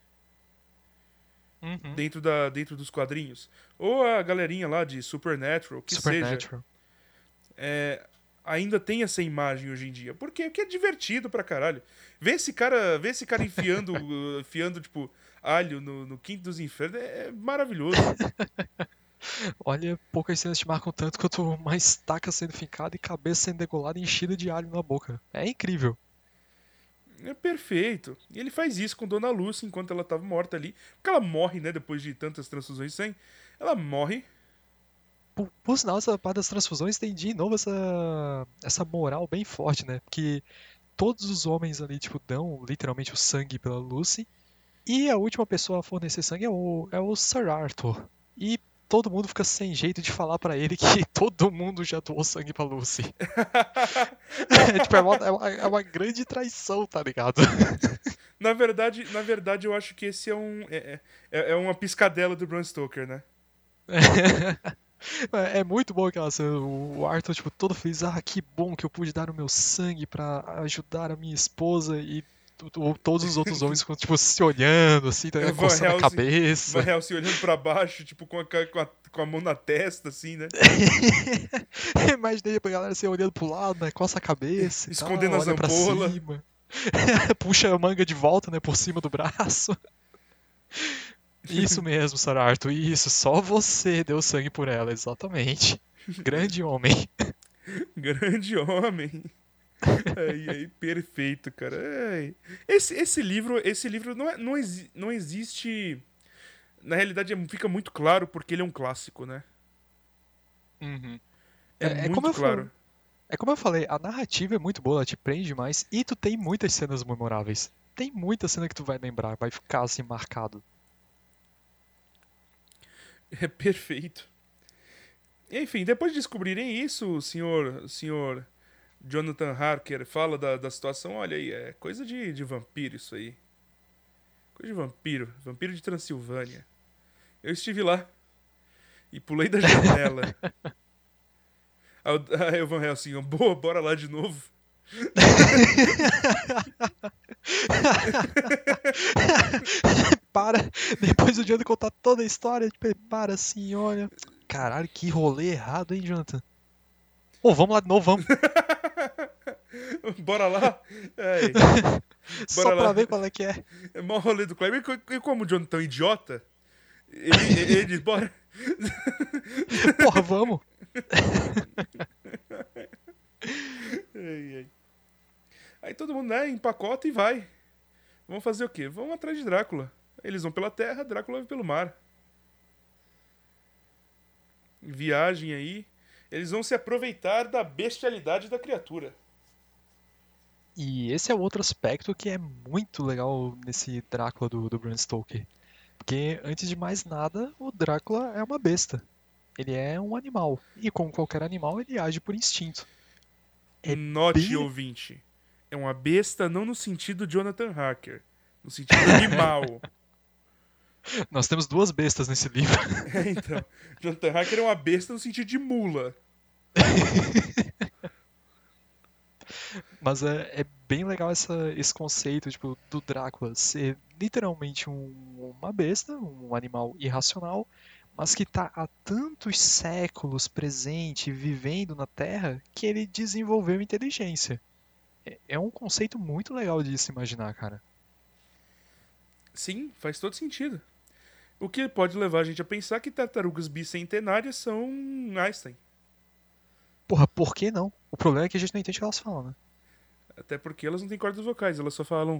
Uhum. dentro da dentro dos quadrinhos, ou a galerinha lá de Supernatural, que seja, Supernatural. é, ainda tem essa imagem hoje em dia. Por quê? Porque é divertido pra caralho. Vê esse cara, vê esse cara enfiando, uh, enfiando tipo, alho no, no quinto dos infernos. É maravilhoso. Olha, poucas cenas te marcam tanto quanto uma estaca sendo fincada e cabeça sendo degolada e enchida de alho na boca. É incrível. É perfeito. E ele faz isso com Dona Lucy enquanto ela tava morta ali. Porque ela morre, né? Depois de tantas transfusões de sangue. Ela morre. Por, por sinal, essa parte das transfusões tem de novo essa, essa moral bem forte, né? Porque todos os homens ali, tipo, dão literalmente o sangue pela Lucy. E a última pessoa a fornecer sangue é o, é o Sir Arthur. E todo mundo fica sem jeito de falar pra ele que todo mundo já doou sangue pra Lucy. É, tipo, é uma, é uma, é uma grande traição, tá ligado? Na verdade, na verdade, eu acho que esse é um. É, é, é uma piscadela do Bram Stoker, né? É, é muito bom aquela cena, o Arthur, tipo, todo feliz, ah, que bom que eu pude dar o meu sangue pra ajudar a minha esposa e tu- tu- todos os outros homens ficam, tipo, se olhando, assim, tá É ligado? Van Coçando a Helsing, Van cabeça. Helsing olhando pra baixo, tipo, com a, ca- com a, com a mão na testa, assim, né? Imaginei a galera assim, olhando pro lado, né? Coça a cabeça e tal, Escondendo as olha pra ampolas. cima. Puxa a manga de volta, né, por cima do braço. Isso mesmo, Sir Arthur, isso, só você deu sangue por ela, exatamente. Grande homem. Grande homem. Aí, aí, perfeito, cara. Ai. Esse, esse livro, esse livro não, é, não, exi- não existe. Na realidade, é- fica muito claro porque ele é um clássico, né? Uhum. É É, é como muito eu claro. falei, é como eu falei, a narrativa é muito boa, ela te prende mais e tu tem muitas cenas memoráveis. Tem muita cena que tu vai lembrar, vai ficar assim marcado. É perfeito. Enfim, depois de descobrirem isso, o senhor, o senhor Jonathan Harker fala da, da situação. Olha aí, é coisa de, de vampiro isso aí. Coisa de vampiro. Vampiro de Transilvânia. Eu estive lá e pulei da janela. Aí o aí o Van Helsing, boa, bora lá de novo. Para, depois do Jonathan contar toda a história, para assim, olha. Caralho, que rolê errado, hein, Jonathan? Ô, vamos lá de novo, vamos. Bora lá? É, Só bora pra lá. ver qual é que é. É mó rolê do Kleber. E co- e como o Jonathan é um idiota, ele, ele diz, bora. Porra, vamos. Ai, ai. Aí todo mundo, né, empacota e vai. Vamos fazer o quê? Vamos atrás de Drácula. Eles vão pela terra, Drácula vai pelo mar. Viagem aí. Eles vão se aproveitar da bestialidade da criatura. E esse é outro aspecto que é muito legal nesse Drácula do, do Bram Stoker. Porque, antes de mais nada, o Drácula é uma besta. Ele é um animal. E como qualquer animal, ele age por instinto. É Note, bem. ouvinte. É uma besta não no sentido Jonathan Harker. No sentido animal. Nós temos duas bestas nesse livro. É, então. Jonathan Harker é uma besta no sentido de mula. Mas é, é bem legal essa, esse conceito tipo, do Drácula ser literalmente um- uma besta, um animal irracional, mas que está há tantos séculos presente, vivendo na Terra, que ele desenvolveu inteligência. É, é um conceito muito legal de se imaginar, cara. Sim, faz todo sentido. O que pode levar a gente a pensar que tartarugas bicentenárias são Einstein. Porra, por que não? O problema é que a gente não entende o que elas falam, né? Até porque elas não têm cordas vocais, elas só falam.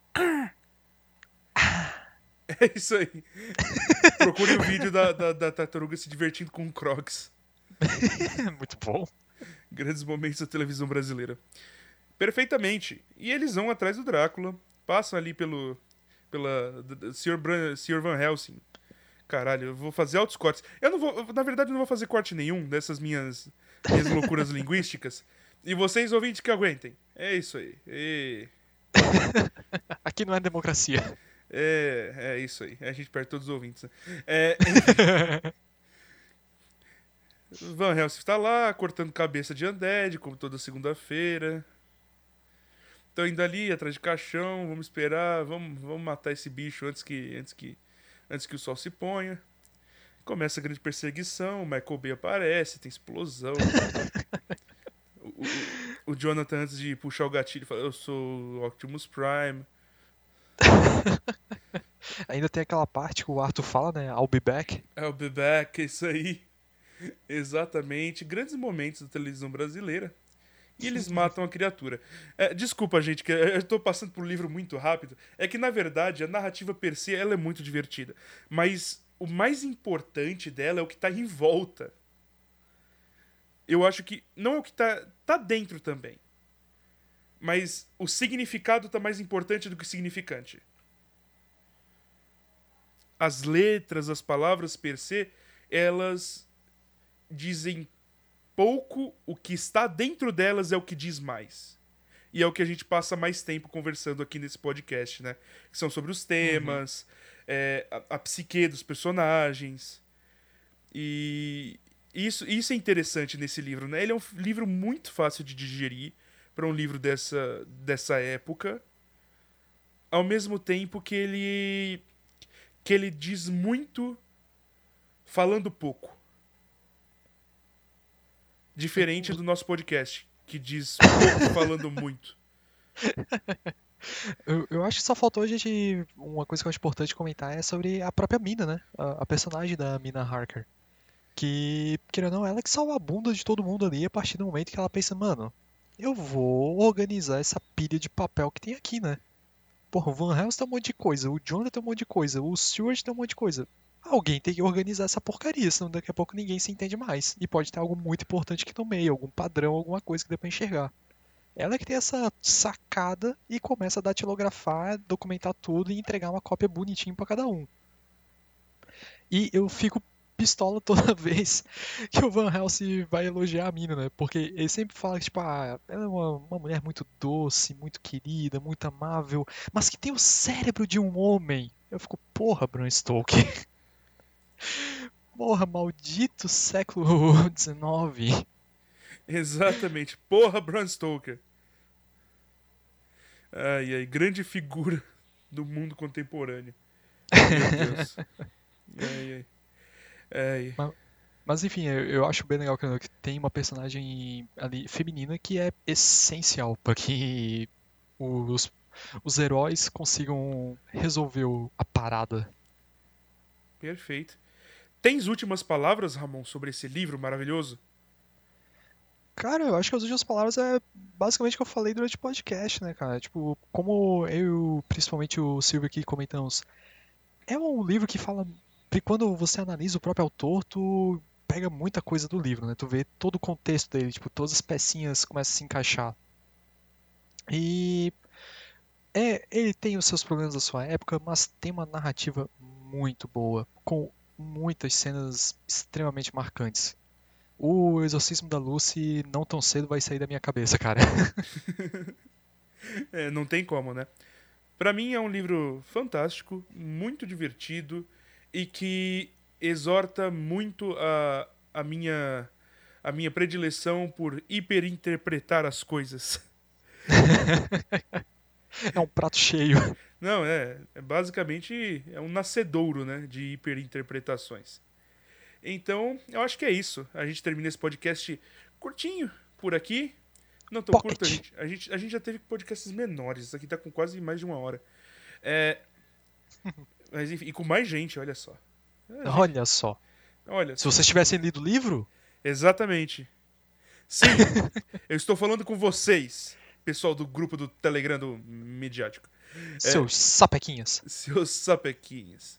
É isso aí. Procure o vídeo da, da, da tartaruga se divertindo com Crocs. Muito bom. Grandes momentos da televisão brasileira. Perfeitamente. E eles vão atrás do Drácula, passam ali pelo. pela. d- d- senhor, Bran, senhor Van Helsing. Caralho, eu vou fazer altos cortes. Eu não vou. Na verdade, eu não vou fazer corte nenhum dessas minhas, minhas loucuras linguísticas. E vocês, ouvintes, que aguentem. É isso aí. E- Aqui não é democracia. É, é isso aí. A gente perde todos os ouvintes. Né? É, Van Helsing está lá, cortando cabeça de Undead, como toda segunda-feira. Estão indo ali, atrás de caixão, vamos esperar, vamos, vamos matar esse bicho antes que, antes, que, antes que o sol se ponha. Começa a grande perseguição, o Michael Bay aparece, tem explosão. O, o, o Jonathan, antes de puxar o gatilho, fala, eu sou o Optimus Prime. Ainda tem aquela parte que o Arthur fala, né? I'll be back. I'll be back, é isso aí. Exatamente. Grandes momentos da televisão brasileira. E eles matam a criatura. É, desculpa, gente, que eu tô passando por um livro muito rápido. É que, na verdade, a narrativa per se ela é muito divertida. Mas o mais importante dela é o que tá em volta. Eu acho que não é o que tá, tá dentro também. Mas o significado tá mais importante do que o significante. As letras, as palavras per se, elas dizem pouco, o que está dentro delas é o que diz mais. E é o que a gente passa mais tempo conversando aqui nesse podcast, né? Que são sobre os temas, uhum. é, a, a psique dos personagens. E isso, isso é interessante nesse livro, né? Ele é um livro muito fácil de digerir para um livro dessa, dessa época. Ao mesmo tempo que ele, que ele diz muito falando pouco. Diferente do nosso podcast, que diz pouco falando muito. Eu, eu acho que só faltou a gente. Uma coisa que eu acho importante comentar é sobre a própria Mina, né? A, a personagem da Mina Harker. Que, querendo ou não, ela que salva a bunda de todo mundo ali a partir do momento que ela pensa, mano, eu vou organizar essa pilha de papel que tem aqui, né? Porra, o Van Helsing tem um monte de coisa, o Jonah tem um monte de coisa, o Stewart tem um monte de coisa. Alguém tem que organizar essa porcaria, senão daqui a pouco ninguém se entende mais. E pode ter algo muito importante aqui no meio, algum padrão, alguma coisa que dê pra enxergar. Ela é que tem essa sacada e começa a datilografar, documentar tudo e entregar uma cópia bonitinha pra cada um. E eu fico pistola toda vez que o Van Helsing vai elogiar a mina, né? Porque ele sempre fala que, tipo, ah, ela é uma, uma mulher muito doce, muito querida, muito amável, mas que tem o cérebro de um homem. Eu fico, porra, Bram Stoker. Porra, maldito século dezenove. Exatamente. Porra, Bram Stoker. Ai, ai, grande figura do mundo contemporâneo. Meu Deus. Ai, ai. Ai. Mas, mas enfim, eu, eu acho bem legal que, que tem uma personagem ali feminina que é essencial para que os, os heróis consigam resolver o- a parada. Perfeito. Tens últimas palavras, Ramon, sobre esse livro maravilhoso? Cara, eu acho que as últimas palavras é basicamente o que eu falei durante o podcast, né, cara? Tipo, como eu, principalmente o Silvio aqui comentamos, é um livro que fala. Quando você analisa o próprio autor, tu pega muita coisa do livro, né? Tu vê todo o contexto dele, tipo, todas as pecinhas começam a se encaixar. E é, ele tem os seus problemas da sua época, mas tem uma narrativa muito boa, com muitas cenas extremamente marcantes. O Exorcismo da Lucy não tão cedo vai sair da minha cabeça, cara. É, não tem como, né? Pra mim é um livro fantástico, muito divertido e que exorta muito a, a minha a minha predileção por hiperinterpretar as coisas. É um prato cheio. Não, é, é basicamente é um nascedouro, né, de hiperinterpretações. Então, eu acho que é isso. A gente termina esse podcast curtinho por aqui. Não tão curto, a Pocket. gente, a gente, a gente já teve podcasts menores. Isso aqui tá com quase mais de uma hora. É, mas enfim, e com mais gente, olha só. É, gente, Olha só. olha Se só. vocês tivessem lido o livro, Exatamente. Sim, eu estou falando com vocês, pessoal do grupo do Telegram do Midiático. É, seus sapequinhas. seus sapequinhos.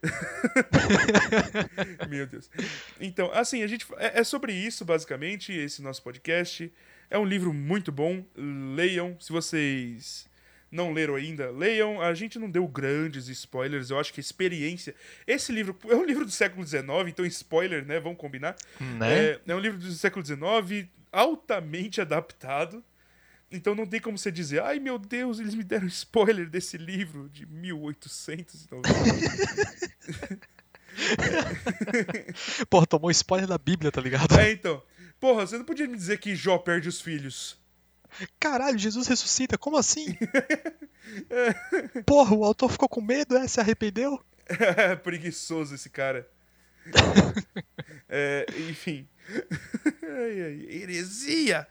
Meu Deus. Então, assim, a gente é, é sobre isso basicamente esse nosso podcast. É um livro muito bom. Leiam, se vocês não leram ainda, leiam. A gente não deu grandes spoilers. Eu acho que a experiência. Esse livro é um livro do século dezenove, então spoiler, né? Vamos combinar. Né? É, é um livro do século dezenove, altamente adaptado. Então não tem como você dizer, ai meu Deus, eles me deram spoiler desse livro de mil oitocentos e noventa. Porra, tomou spoiler da Bíblia, tá ligado? É, então. Porra, você não podia me dizer que Jó perde os filhos. Caralho, Jesus ressuscita, como assim? Porra, o autor ficou com medo, é? Se arrependeu? Preguiçoso esse cara. É, enfim. Ai, ai, heresia!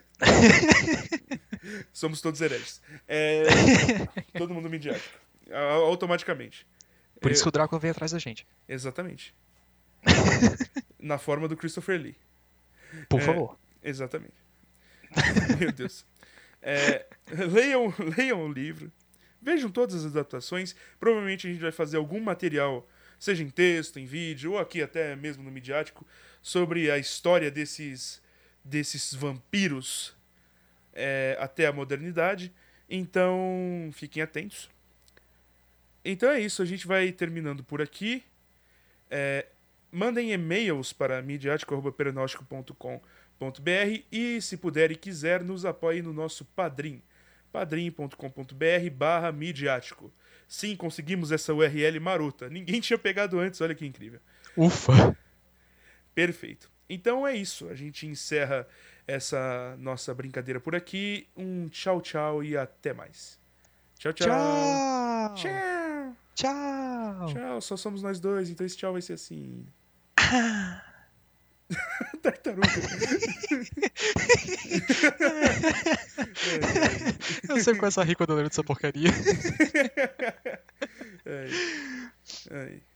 Somos todos hereges. É, todo mundo midiático. A- Automaticamente. Por É, isso que o Drácula veio atrás da gente. exatamente. Na forma do Christopher Lee. Por É, favor. exatamente. Meu Deus. É, leiam, leiam o livro. Vejam todas as adaptações. Provavelmente a gente vai fazer algum material, seja em texto, em vídeo, ou aqui até mesmo no Midiático, sobre a história desses, desses vampiros é, até a modernidade. Então, fiquem atentos. Então é isso, a gente vai terminando por aqui. É, mandem e-mails para midiático arroba perenóstico ponto com ponto b r e, se puder e quiser, nos apoie no nosso Padrim. padrim.com.br barra midiático. Sim, conseguimos essa U R L marota. Ninguém tinha pegado antes, olha que incrível. Ufa. Perfeito. Então é isso. A gente encerra essa nossa brincadeira por aqui. Um tchau, tchau e até mais. Tchau, tchau. Tchau. Tchau. Tchau. Tchau. Só somos nós dois, então esse tchau vai ser assim. Tartaruga. Eu sempre começo a rir quando eu lembro dessa porcaria. Ai. Ai.